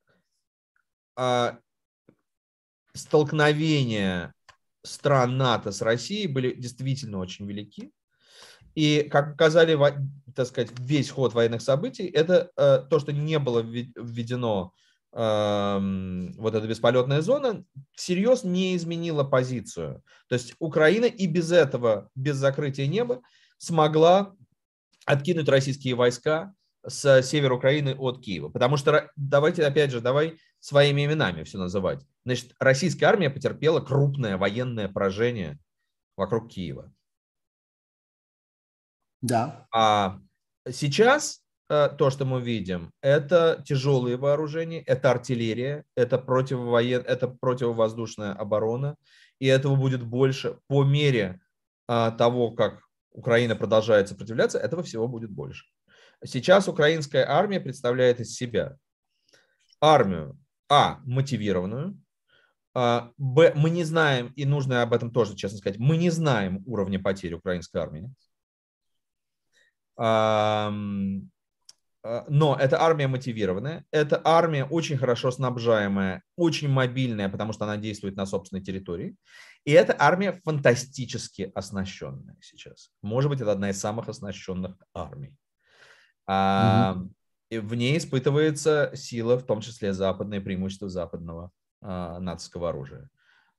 столкновения стран НАТО с Россией были действительно очень велики. И, как показали, так сказать, весь ход военных событий, это то, что не было введено вот эта бесполетная зона, всерьез не изменила позицию. То есть Украина и без этого, без закрытия неба, смогла откинуть российские войска с севера Украины от Киева. Потому что, давайте, опять же, давай своими именами все называть. Значит, российская армия потерпела крупное военное поражение вокруг Киева. Да. А сейчас то, что мы видим, это тяжелые вооружения, это артиллерия, это противовоздушная оборона, и этого будет больше по мере того, как Украина продолжает сопротивляться, этого всего будет больше. Сейчас украинская армия представляет из себя армию, мотивированную, б, мы не знаем, и нужно об этом тоже честно сказать, мы не знаем уровня потерь украинской армии. Но это армия мотивированная, это армия очень хорошо снабжаемая, очень мобильная, потому что она действует на собственной территории. И это армия фантастически оснащенная сейчас. Может быть, это одна из самых оснащенных армий. И в ней испытывается сила, в том числе западное преимущество западного нацистского оружия.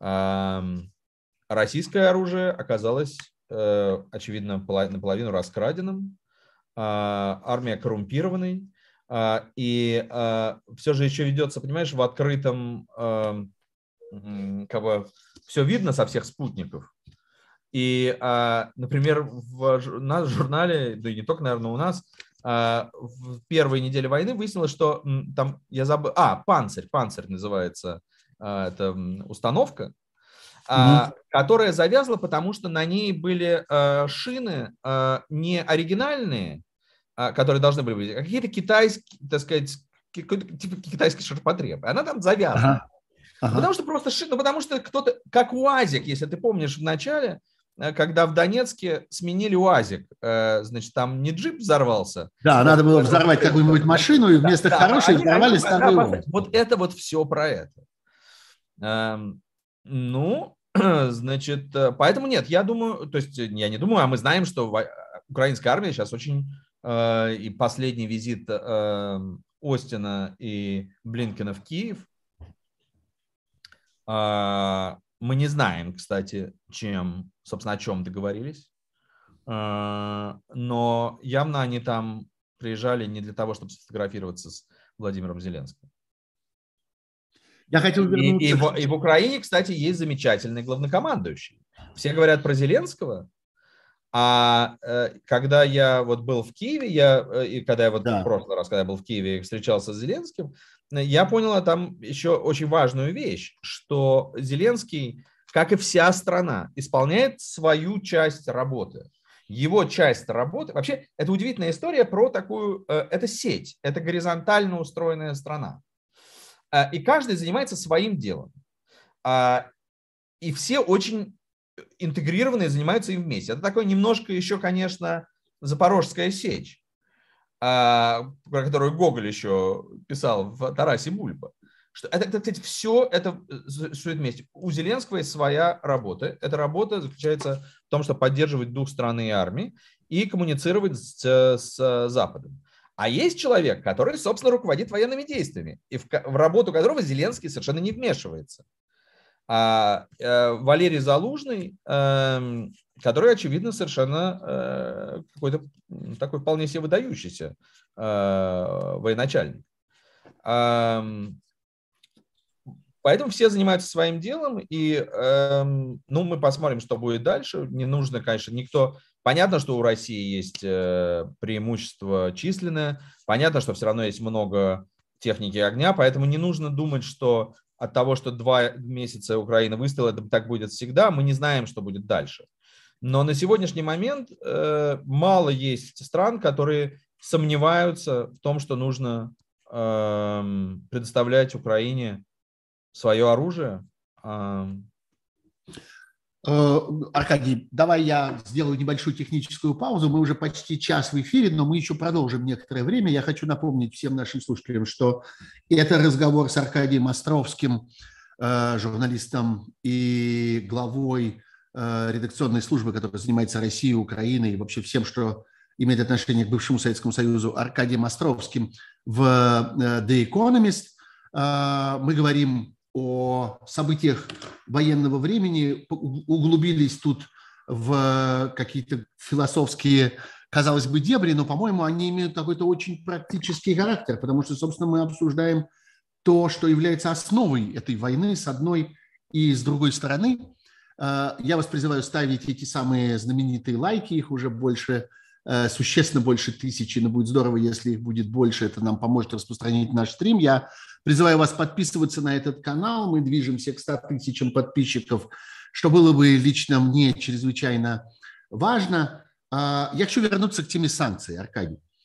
Российское оружие оказалось, очевидно, наполовину раскраденным. Армия коррумпированной, и все же еще ведется, понимаешь, в открытом, как бы все видно со всех спутников. И, например, в журнале, да и не только, наверное, у нас, в первой неделе войны выяснилось, что там, я забыл, «Панцирь» называется эта установка, которая завязла, потому что на ней были шины не оригинальные, которые должны были быть, а какие-то китайские, так сказать, типа китайский ширпотреб. Она там завязана. Потому что просто потому что кто-то, как УАЗик, если ты помнишь в начале, когда в Донецке сменили УАЗик, значит, там не джип взорвался. Да, надо было взорвать какую-нибудь машину, и вместо хорошей взорвали старый УАЗик. Вот это вот все про это. Ну, значит, поэтому нет, я думаю, то есть я не думаю, а мы знаем, что украинская армия сейчас очень, и последний визит Остина и Блинкена в Киев, мы не знаем, кстати, собственно, о чем договорились, но явно они там приезжали не для того, чтобы сфотографироваться с Владимиром Зеленским. Я хотел вернуться... И в Украине, кстати, есть замечательный главнокомандующий. Все говорят про Зеленского, а когда я вот был в Киеве, в прошлый раз, когда я был в Киеве и встречался с Зеленским, я понял там еще очень важную вещь, что Зеленский, как и вся страна, исполняет свою часть работы. Его часть работы... Вообще, это удивительная история про такую... Это сеть, это горизонтально устроенная страна. И каждый занимается своим делом. И все очень интегрированные занимаются им вместе. Это такое немножко еще, конечно, Запорожская сечь, про которую Гоголь еще писал в Тарасе Бульба. Что это, кстати, все это существует вместе. У Зеленского есть своя работа. Эта работа заключается в том, чтобы поддерживать дух страны и армии и коммуницировать с Западом. А есть человек, который, собственно, руководит военными действиями, и в работу которого Зеленский совершенно не вмешивается. Валерий Залужный, который, очевидно, совершенно какой-то такой вполне себе выдающийся военачальник. Поэтому все занимаются своим делом, и мы посмотрим, что будет дальше. Не нужно, конечно, никто... Понятно, что у России есть преимущество численное, понятно, что все равно есть много техники огня, поэтому не нужно думать, что от того, что 2 месяца Украина выстояла, это так будет всегда, мы не знаем, что будет дальше. Но на сегодняшний момент мало есть стран, которые сомневаются в том, что нужно предоставлять Украине свое оружие. Аркадий, давай я сделаю небольшую техническую паузу. Мы уже почти час в эфире, но мы еще продолжим некоторое время. Я хочу напомнить всем нашим слушателям, что это разговор с Аркадием Островским, журналистом и главой редакционной службы, которая занимается Россией, Украиной и вообще всем, что имеет отношение к бывшему Советскому Союзу, Аркадием Островским в The Economist. Мы говорим о событиях военного времени, углубились тут в какие-то философские, казалось бы, дебри, но, по-моему, они имеют какой-то очень практический характер, потому что, собственно, мы обсуждаем то, что является основой этой войны с одной и с другой стороны. Я вас призываю ставить эти самые знаменитые лайки, их уже больше, существенно больше 1000, но будет здорово, если их будет больше, это нам поможет распространить наш стрим. Я призываю вас подписываться на этот канал, мы движемся к 100 000 подписчиков, что было бы лично мне чрезвычайно важно. Я хочу вернуться к теме санкций, Аркадий.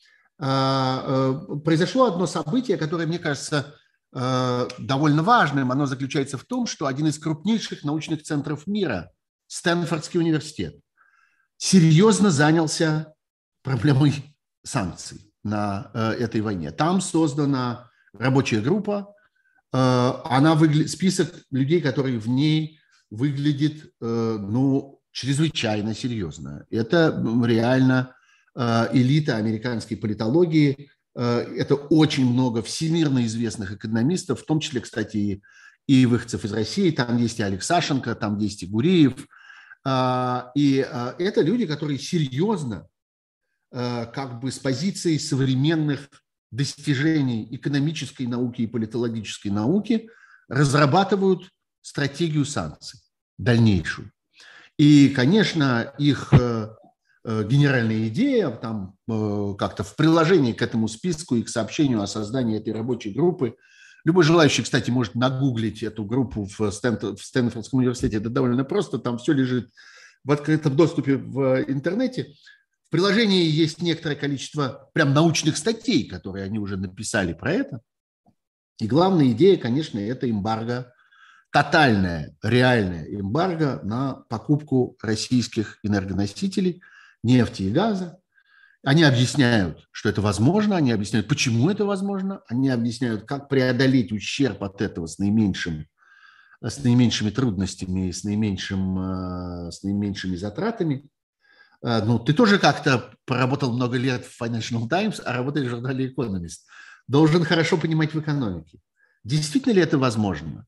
произошло одно событие, которое, мне кажется, довольно важным. Оно заключается в том, что один из крупнейших научных центров мира, Стэнфордский университет, серьезно занялся проблемой санкций на этой войне. Там создана рабочая группа, список людей, которые в ней выглядит чрезвычайно серьезно. Это реально элита американской политологии. Это очень много всемирно известных экономистов, в том числе, кстати, и выходцев из России. Там есть и Олег Сашенко, там есть и Гуриев. И это люди, которые серьезно, как бы с позиции современных достижений экономической науки и политологической науки, разрабатывают стратегию санкций дальнейшую. И, конечно, их генеральная идея там как-то в приложении к этому списку и к сообщению о создании этой рабочей группы. Любой желающий, кстати, может нагуглить эту группу в Стэнфордском университете. Это довольно просто, там все лежит в открытом доступе в интернете. В приложении есть некоторое количество прям научных статей, которые они уже написали про это. И главная идея, конечно, это эмбарго, тотальное, реальное эмбарго на покупку российских энергоносителей, нефти и газа. Они объясняют, что это возможно, они объясняют, почему это возможно, они объясняют, как преодолеть ущерб от этого с наименьшими трудностями, с наименьшими затратами. Ну, ты тоже как-то поработал много лет в Financial Times, а работаешь в журнале Economist. Должен хорошо понимать в экономике. Действительно ли это возможно?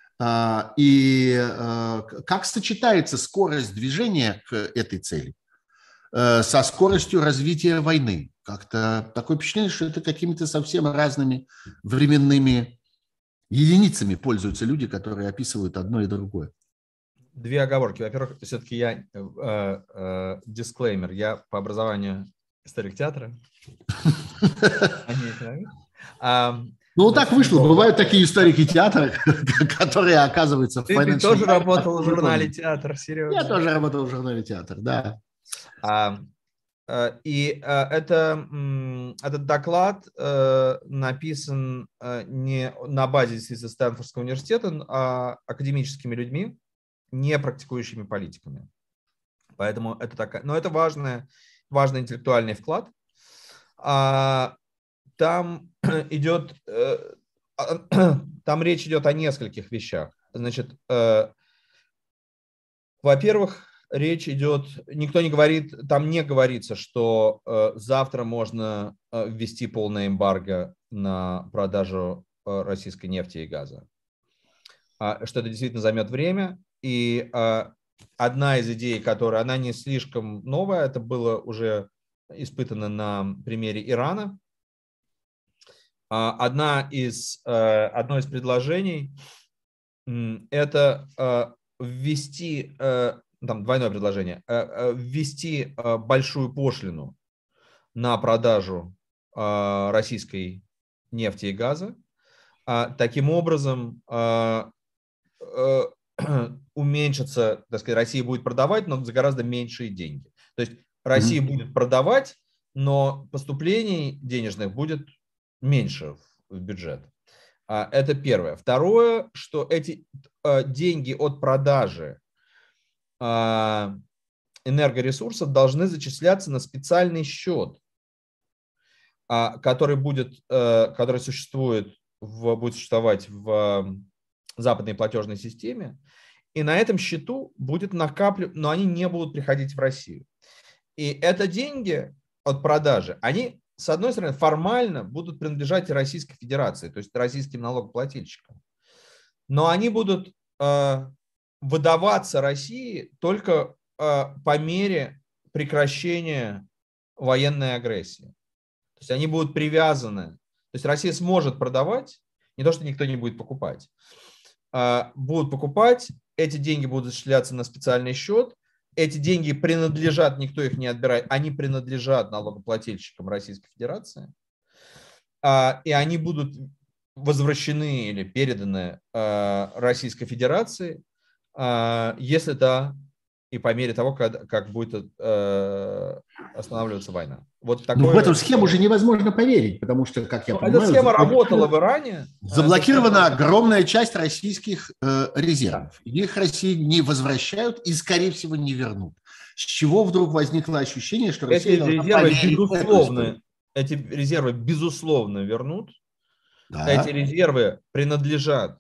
И как сочетается скорость движения к этой цели со скоростью развития войны? Как-то такое впечатление, что это какими-то совсем разными временными единицами пользуются люди, которые описывают одно и другое. Две оговорки. Во-первых, все-таки я дисклеймер. Я по образованию историк театра. Ну, так вышло. Бывают такие историки театра, которые оказываются в Financial Times. Ты тоже работал в журнале «Театр», Сережа. Я тоже работал в журнале «Театр», да. И этот доклад написан не на базе действительно Стэнфордского университета, а академическими людьми, не практикующими политиками. Поэтому это такая... Но это важный интеллектуальный вклад. Там речь идет о нескольких вещах. Значит, во-первых, речь идет, никто не говорит, там не говорится, что завтра можно ввести полное эмбарго на продажу российской нефти и газа. Что это действительно займет время. И одна из идей, которая, она не слишком новая, это было уже испытано на примере Ирана. Одно из предложений – это ввести, там двойное предложение, ввести большую пошлину на продажу российской нефти и газа. Таким образом, уменьшится, так сказать, Россия будет продавать, но за гораздо меньшие деньги. То есть Россия будет продавать, но поступлений денежных будет меньше в бюджет. Это первое. Второе, что эти деньги от продажи энергоресурсов должны зачисляться на специальный счет, который будет существовать в западной платежной системе. И на этом счету будет накапливаться, но они не будут приходить в Россию. И это деньги от продажи, они, с одной стороны, формально будут принадлежать Российской Федерации, то есть российским налогоплательщикам. Но они будут выдаваться России только по мере прекращения военной агрессии. То есть они будут привязаны. То есть Россия сможет продавать, не то, что никто не будет покупать. Будут покупать, эти деньги будут зачисляться на специальный счет. Эти деньги принадлежат, никто их не отбирает, они принадлежат налогоплательщикам Российской Федерации. И они будут возвращены или переданы Российской Федерации, если та и по мере того, как будет останавливаться война. Вот Но в такое... эту схему же невозможно поверить, потому что, как я понимаю, эта схема работала в Иране. заблокирована огромная часть российских резервов. Их России не возвращают и, скорее всего, не вернут. С чего вдруг возникло ощущение, что Россия должна поверить в эту историю? Эти резервы, безусловно, вернут. Да. Эти резервы принадлежат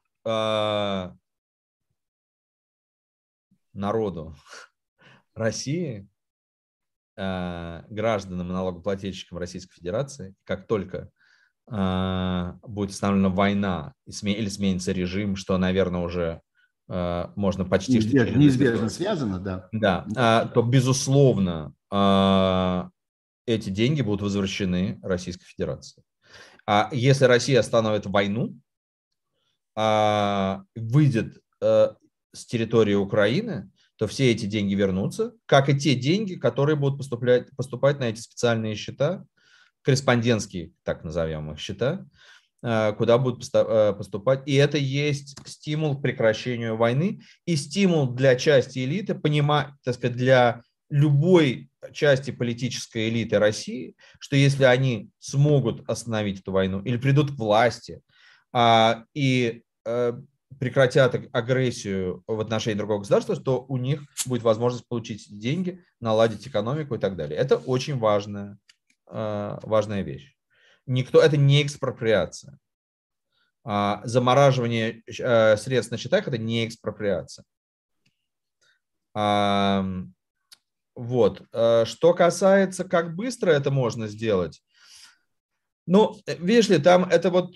народу России, гражданам и налогоплательщикам Российской Федерации. Как только будет установлена война или сменится режим, что, наверное, уже можно почти неизбежно связано, да. Да, то, безусловно, эти деньги будут возвращены Российской Федерации. А если Россия остановит войну, выйдет с территории Украины, то все эти деньги вернутся, как и те деньги, которые будут поступать на эти специальные счета, корреспондентские, так назовем их, счета, куда будут поступать. И это есть стимул к прекращению войны и стимул для части элиты, так сказать, для любой части политической элиты России, что если они смогут остановить эту войну или придут к власти и прекратят агрессию в отношении другого государства, то у них будет возможность получить деньги, наладить экономику и так далее. Это очень важная вещь. Это не экспроприация. Замораживание средств на счетах – это не экспроприация. Вот. Что касается, как быстро это можно сделать, ну, видишь ли, там это вот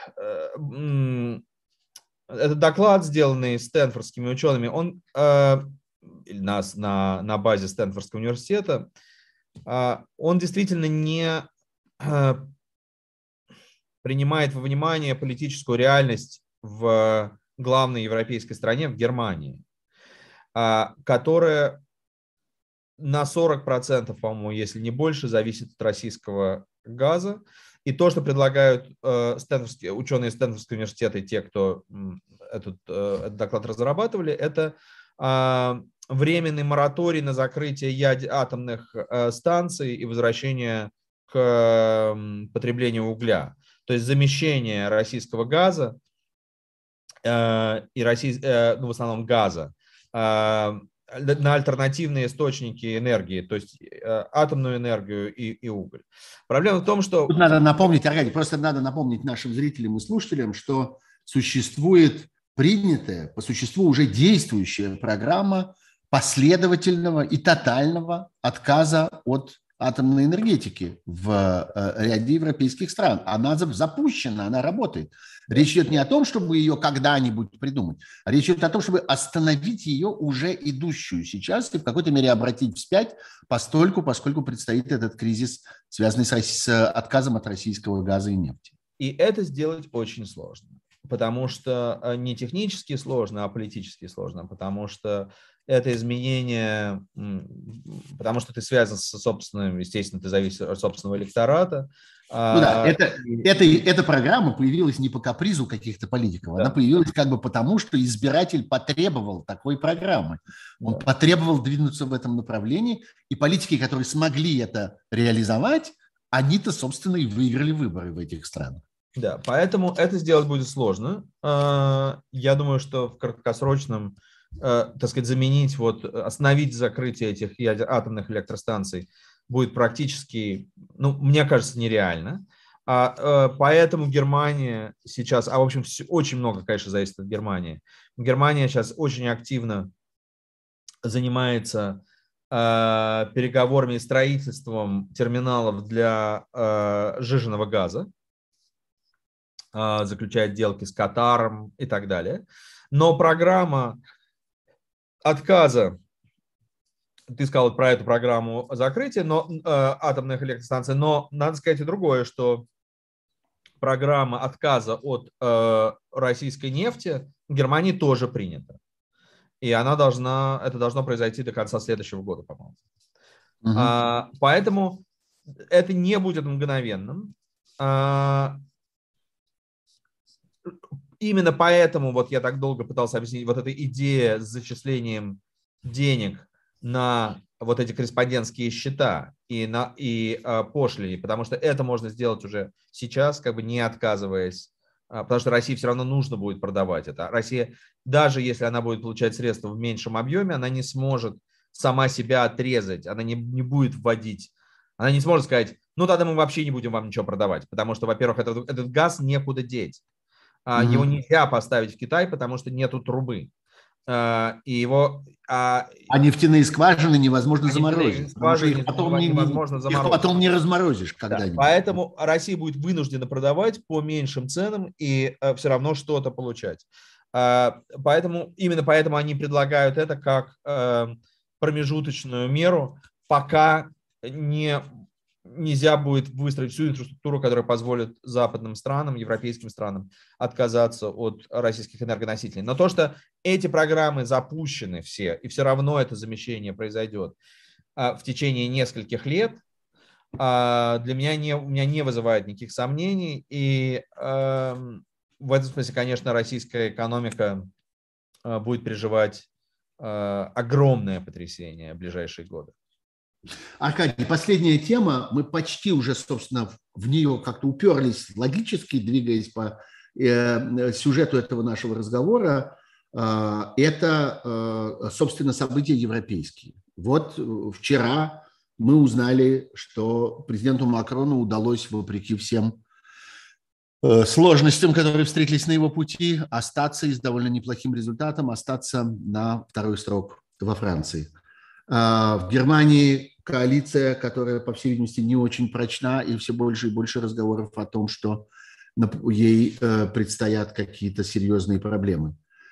этот доклад, сделанный стэнфордскими учеными, он на базе Стэнфордского университета, он действительно не принимает во внимание политическую реальность в главной европейской стране, в Германии, которая на 40%, по-моему, если не больше, зависит от российского газа. И то, что предлагают ученые Стэнфордского университета и те, кто этот доклад разрабатывали, это временный мораторий на закрытие атомных станций и возвращение к потреблению угля. То есть замещение российского газа и в основном газа на альтернативные источники энергии, то есть атомную энергию и уголь. Проблема в том, что... Тут надо напомнить, Аркадий, просто надо напомнить нашим зрителям и слушателям, что существует принятая, по существу уже действующая программа последовательного и тотального отказа от атомной энергетики в ряде европейских стран. Она запущена, она работает. Речь идет не о том, чтобы ее когда-нибудь придумать, а речь идет о том, чтобы остановить ее уже идущую сейчас и в какой-то мере обратить вспять, поскольку предстоит этот кризис, связанный с отказом от российского газа и нефти. И это сделать очень сложно, потому что не технически сложно, а политически сложно, потому что это изменение, потому что ты связан со собственным, естественно, ты зависишь от собственного электората. Ну да, эта программа появилась не по капризу каких-то политиков, да. Она появилась как бы потому, что избиратель потребовал такой программы. Он потребовал двинуться в этом направлении, и политики, которые смогли это реализовать, они-то, собственно, и выиграли выборы в этих странах. Да, поэтому это сделать будет сложно. Я думаю, что в краткосрочном, так сказать, остановить закрытие этих атомных электростанций будет практически, мне кажется, нереально. Поэтому Германия сейчас, в общем, очень много, конечно, зависит от Германии. Германия сейчас очень активно занимается переговорами и строительством терминалов для сжиженного газа, заключает сделки с Катаром и так далее. Но программа отказа, ты сказал про эту программу закрытия атомных электростанций, но надо сказать и другое, что программа отказа от российской нефти в Германии тоже принята. И это должно произойти до конца следующего года, по-моему. Поэтому это не будет мгновенным. Именно поэтому я так долго пытался объяснить эта идея с зачислением денег на вот эти корреспондентские счета и пошлине, потому что это можно сделать уже сейчас, как бы не отказываясь, потому что России все равно нужно будет продавать это. Россия, даже если она будет получать средства в меньшем объеме, она не сможет сама себя отрезать, она не будет вводить, она не сможет сказать, ну тогда мы вообще не будем вам ничего продавать, потому что, во-первых, этот газ некуда деть. Его нельзя поставить в Китай, потому что нету трубы. И его... А нефтяные скважины невозможно заморозить, потому что их потом не разморозишь когда-нибудь. Да, поэтому Россия будет вынуждена продавать по меньшим ценам и все равно что-то получать. Именно поэтому они предлагают это как промежуточную меру, пока нельзя будет выстроить всю инфраструктуру, которая позволит западным странам, европейским странам отказаться от российских энергоносителей. Но то, что эти программы запущены все, и все равно это замещение произойдет в течение нескольких лет, для меня у меня не вызывает никаких сомнений. И в этом смысле, конечно, российская экономика будет переживать огромное потрясение в ближайшие годы. Аркадий, последняя тема, мы почти уже, собственно, в нее как-то уперлись логически, двигаясь по сюжету этого нашего разговора, это, собственно, события европейские. Вот вчера мы узнали, что президенту Макрону удалось, вопреки всем сложностям, которые встретились на его пути, остаться и с довольно неплохим результатом, остаться на второй срок во Франции. В Германии коалиция, которая, по всей видимости, не очень прочна, и все больше и больше разговоров о том, что ей предстоят какие-то серьезные проблемы.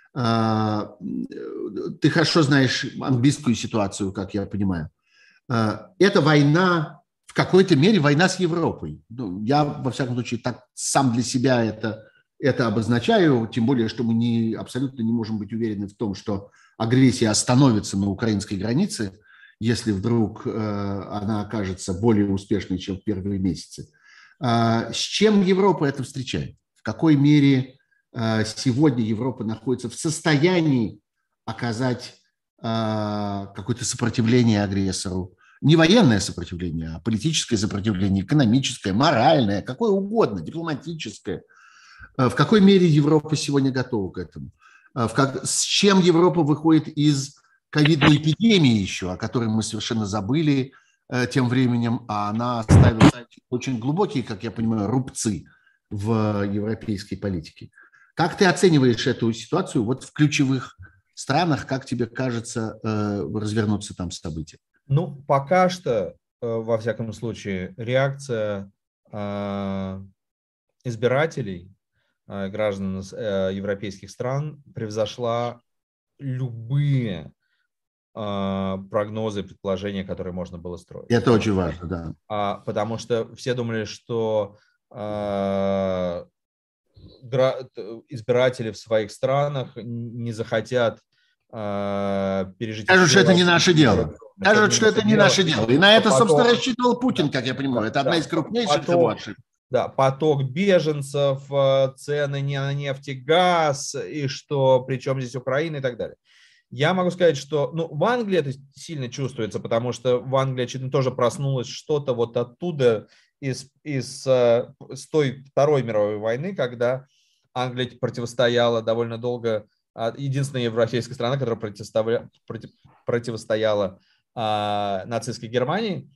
Ты хорошо знаешь английскую ситуацию, как я понимаю. Это война, в какой-то мере война с Европой. Я, во всяком случае, так сам для себя это обозначаю, тем более, что мы абсолютно не можем быть уверены в том, что агрессия остановится на украинской границе, если вдруг она окажется более успешной, чем в первые месяцы. С чем Европа это встречает? В какой мере сегодня Европа находится в состоянии оказать какое-то сопротивление агрессору? Не военное сопротивление, а политическое сопротивление, экономическое, моральное, какое угодно, дипломатическое. В какой мере Европа сегодня готова к этому? С чем Европа выходит из ковидной эпидемии еще, о которой мы совершенно забыли тем временем, а она оставила очень глубокие, как я понимаю, рубцы в европейской политике. Как ты оцениваешь эту ситуацию вот в ключевых странах? Как тебе кажется, развернутся там события? Ну, пока что, во всяком случае, реакция избирателей, граждан европейских стран превзошла любые прогнозы, предположения, которые можно было строить. Это очень важно, да. Потому что все думали, что избиратели в своих странах не захотят пережить... Скажут, что это не наше дело. Скажут, что это не наше дело. И на это, собственно, рассчитывал Путин, как я понимаю. Это одна из крупнейших его ошибок. Да, поток беженцев, цены на нефть и газ, и что, причем здесь Украина и так далее. Я могу сказать, что в Англии это сильно чувствуется, потому что в Англии, очевидно, тоже проснулось что-то вот оттуда, с той Второй мировой войны, когда Англия противостояла довольно долго, единственная европейская страна, которая противостояла нацистской Германии.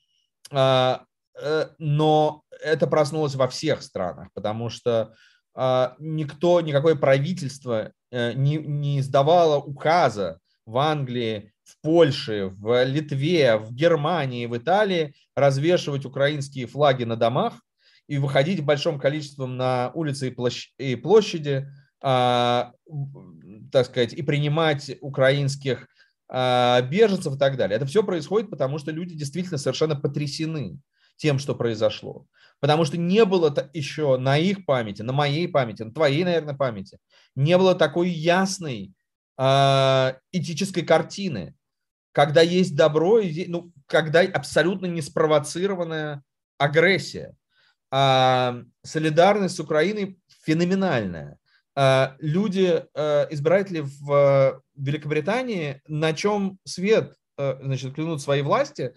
Но это проснулось во всех странах, потому что никакое правительство не издавало указа в Англии, в Польше, в Литве, в Германии, в Италии развешивать украинские флаги на домах и выходить большим количеством на улицы и площади, так сказать, и принимать украинских беженцев и так далее. Это все происходит, потому что люди действительно совершенно потрясены тем, что произошло. Потому что не было еще на их памяти, на моей памяти, на твоей, наверное, памяти, не было такой ясной этической картины, когда есть добро, когда абсолютно не спровоцированная агрессия. Солидарность с Украиной феноменальная. Люди, избиратели в Великобритании, на чем свет, значит, клянут свои власти,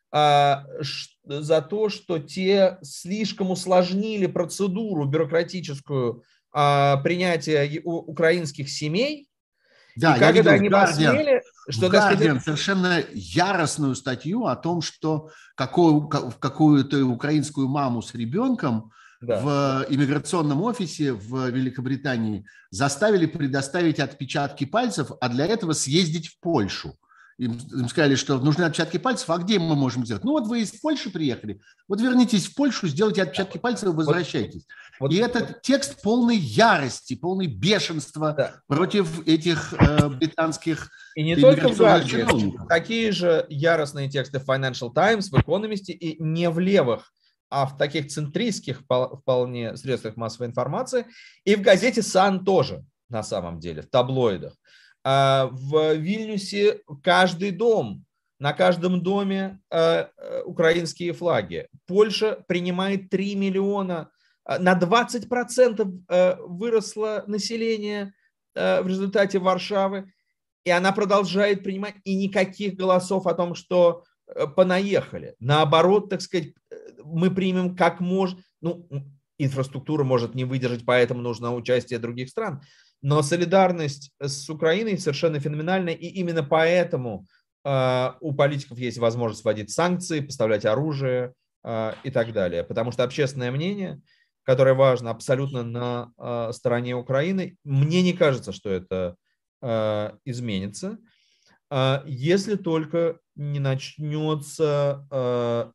за то, что те слишком усложнили процедуру бюрократическую принятия украинских семей. Да, и как я это видел они посмели, что, в так сказать, Guardian совершенно яростную статью о том, что какую-то украинскую маму с ребенком в иммиграционном офисе в Великобритании заставили предоставить отпечатки пальцев, а для этого съездить в Польшу. Им сказали, что нужны отпечатки пальцев, а где мы можем сделать? Ну вот вы из Польши приехали, вот вернитесь в Польшу, сделайте отпечатки пальцев и возвращайтесь. И этот текст полный ярости, полный бешенства против этих британских и не только в чиновников. Guardian, такие же яростные тексты в Financial Times, в Economist, и не в левых, а в таких центристских вполне средствах массовой информации, и в газете «Сан» тоже, на самом деле, в таблоидах. В Вильнюсе каждый дом, на каждом доме украинские флаги. Польша принимает 3 миллиона, на 20% выросло население в результате Варшавы, и она продолжает принимать, и никаких голосов о том, что понаехали. Наоборот, так сказать, мы примем как можно, ну, инфраструктура может не выдержать, поэтому нужно участие других стран. Но солидарность с Украиной совершенно феноменальная, и именно поэтому у политиков есть возможность вводить санкции, поставлять оружие и так далее. Потому что общественное мнение, которое важно, абсолютно на стороне Украины. Мне не кажется, что это изменится, если только не начнется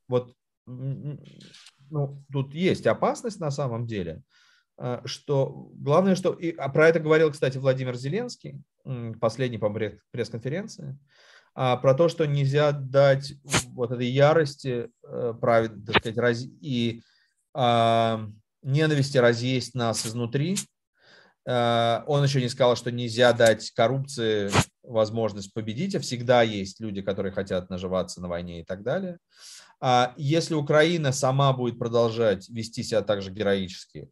ну, тут есть опасность на самом деле, что главное, что... про это говорил, кстати, Владимир Зеленский, последний, по-моему, пресс-конференции, про то, что нельзя дать вот этой ярости, так сказать, и ненависти разъесть нас изнутри. Он еще не сказал, что нельзя дать коррупции возможность победить, а всегда есть люди, которые хотят наживаться на войне и так далее. Если Украина сама будет продолжать вести себя так же героически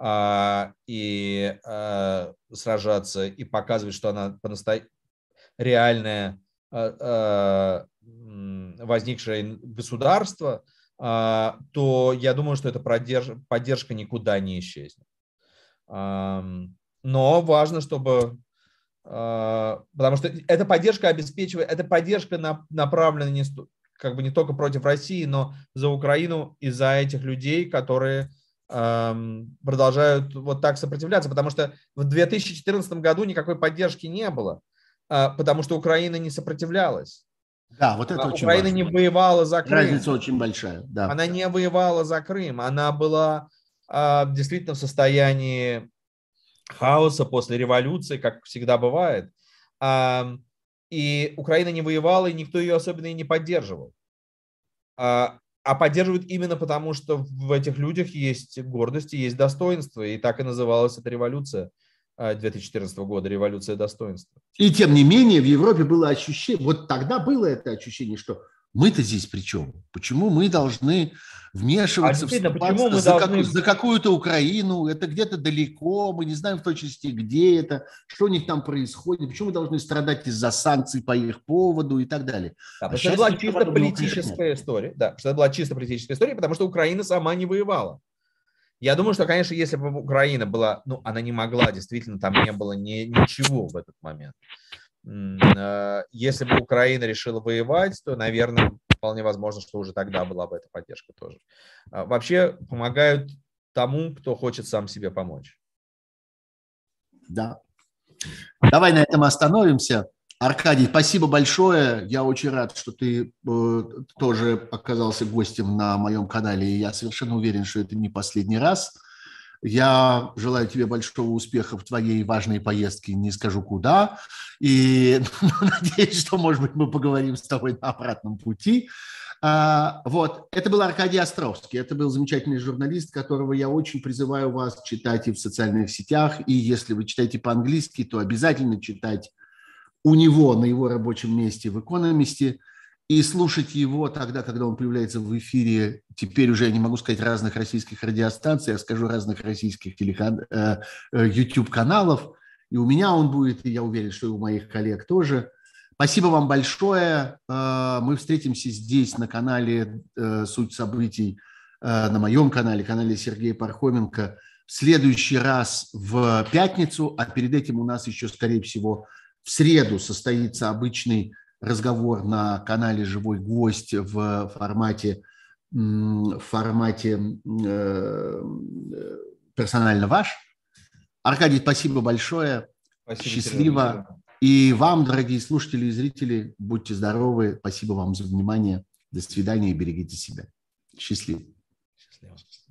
и сражаться, и показывать, что она реальное возникшее государство, то я думаю, что эта поддержка никуда не исчезнет. Но важно, чтобы... Потому что эта поддержка обеспечивает... Эта поддержка направлена не только против России, но за Украину и за этих людей, которые продолжают вот так сопротивляться. Потому что в 2014 году никакой поддержки не было, потому что Украина не сопротивлялась. Да, вот это очень Украина важно. не воевала за Крым. Разница очень большая, да. Она не воевала за Крым. Она была действительно в состоянии хаоса после революции, как всегда бывает. И Украина не воевала, и никто ее особенно и не поддерживал. А поддерживают именно потому, что в этих людях есть гордость и есть достоинство. И так и называлась эта революция 2014 года, революция достоинства. И тем не менее в Европе было ощущение, вот тогда было это ощущение, что мы-то здесь при чем? Почему мы должны вмешиваться, за какую-то Украину? Это где-то далеко, мы не знаем в точности, где это, что у них там происходит, почему мы должны страдать из-за санкций по их поводу и так далее. Да, потому что это была чисто политическая история. Да, что это была чисто политическая история, потому что Украина сама не воевала. Я думаю, что, конечно, если бы Украина была, ну, она не могла, действительно, там не было ничего в этот момент. Если бы Украина решила воевать, то, наверное, вполне возможно, что уже тогда была бы эта поддержка тоже. Вообще помогают тому, кто хочет сам себе помочь. Да. Давай на этом остановимся. Аркадий, спасибо большое. Я очень рад, что ты тоже оказался гостем на моем канале. И я совершенно уверен, что это не последний раз. Я желаю тебе большого успеха в твоей важной поездке, не скажу куда. И надеюсь, что, может быть, мы поговорим с тобой на обратном пути. Вот. Это был Аркадий Островский. Это был замечательный журналист, которого я очень призываю вас читать и в социальных сетях. И если вы читаете по-английски, то обязательно читать у него на его рабочем месте в «Экономисте». и слушать его тогда, когда он появляется в эфире, теперь уже я не могу сказать разных российских радиостанций, я скажу разных российских YouTube-каналов. И у меня он будет, и я уверен, что и у моих коллег тоже. Спасибо вам большое. Мы встретимся здесь на канале «Суть событий», на моем канале, канале Сергея Пархоменко, в следующий раз в пятницу, а перед этим у нас еще, скорее всего, в среду состоится обычный разговор на канале «Живой гвоздь» в формате персонально ваш. Аркадий, спасибо большое. Спасибо, Счастливо. Сережа. И вам, дорогие слушатели и зрители, будьте здоровы. Спасибо вам за внимание. До свидания и берегите себя. Счастливо. Счастливо.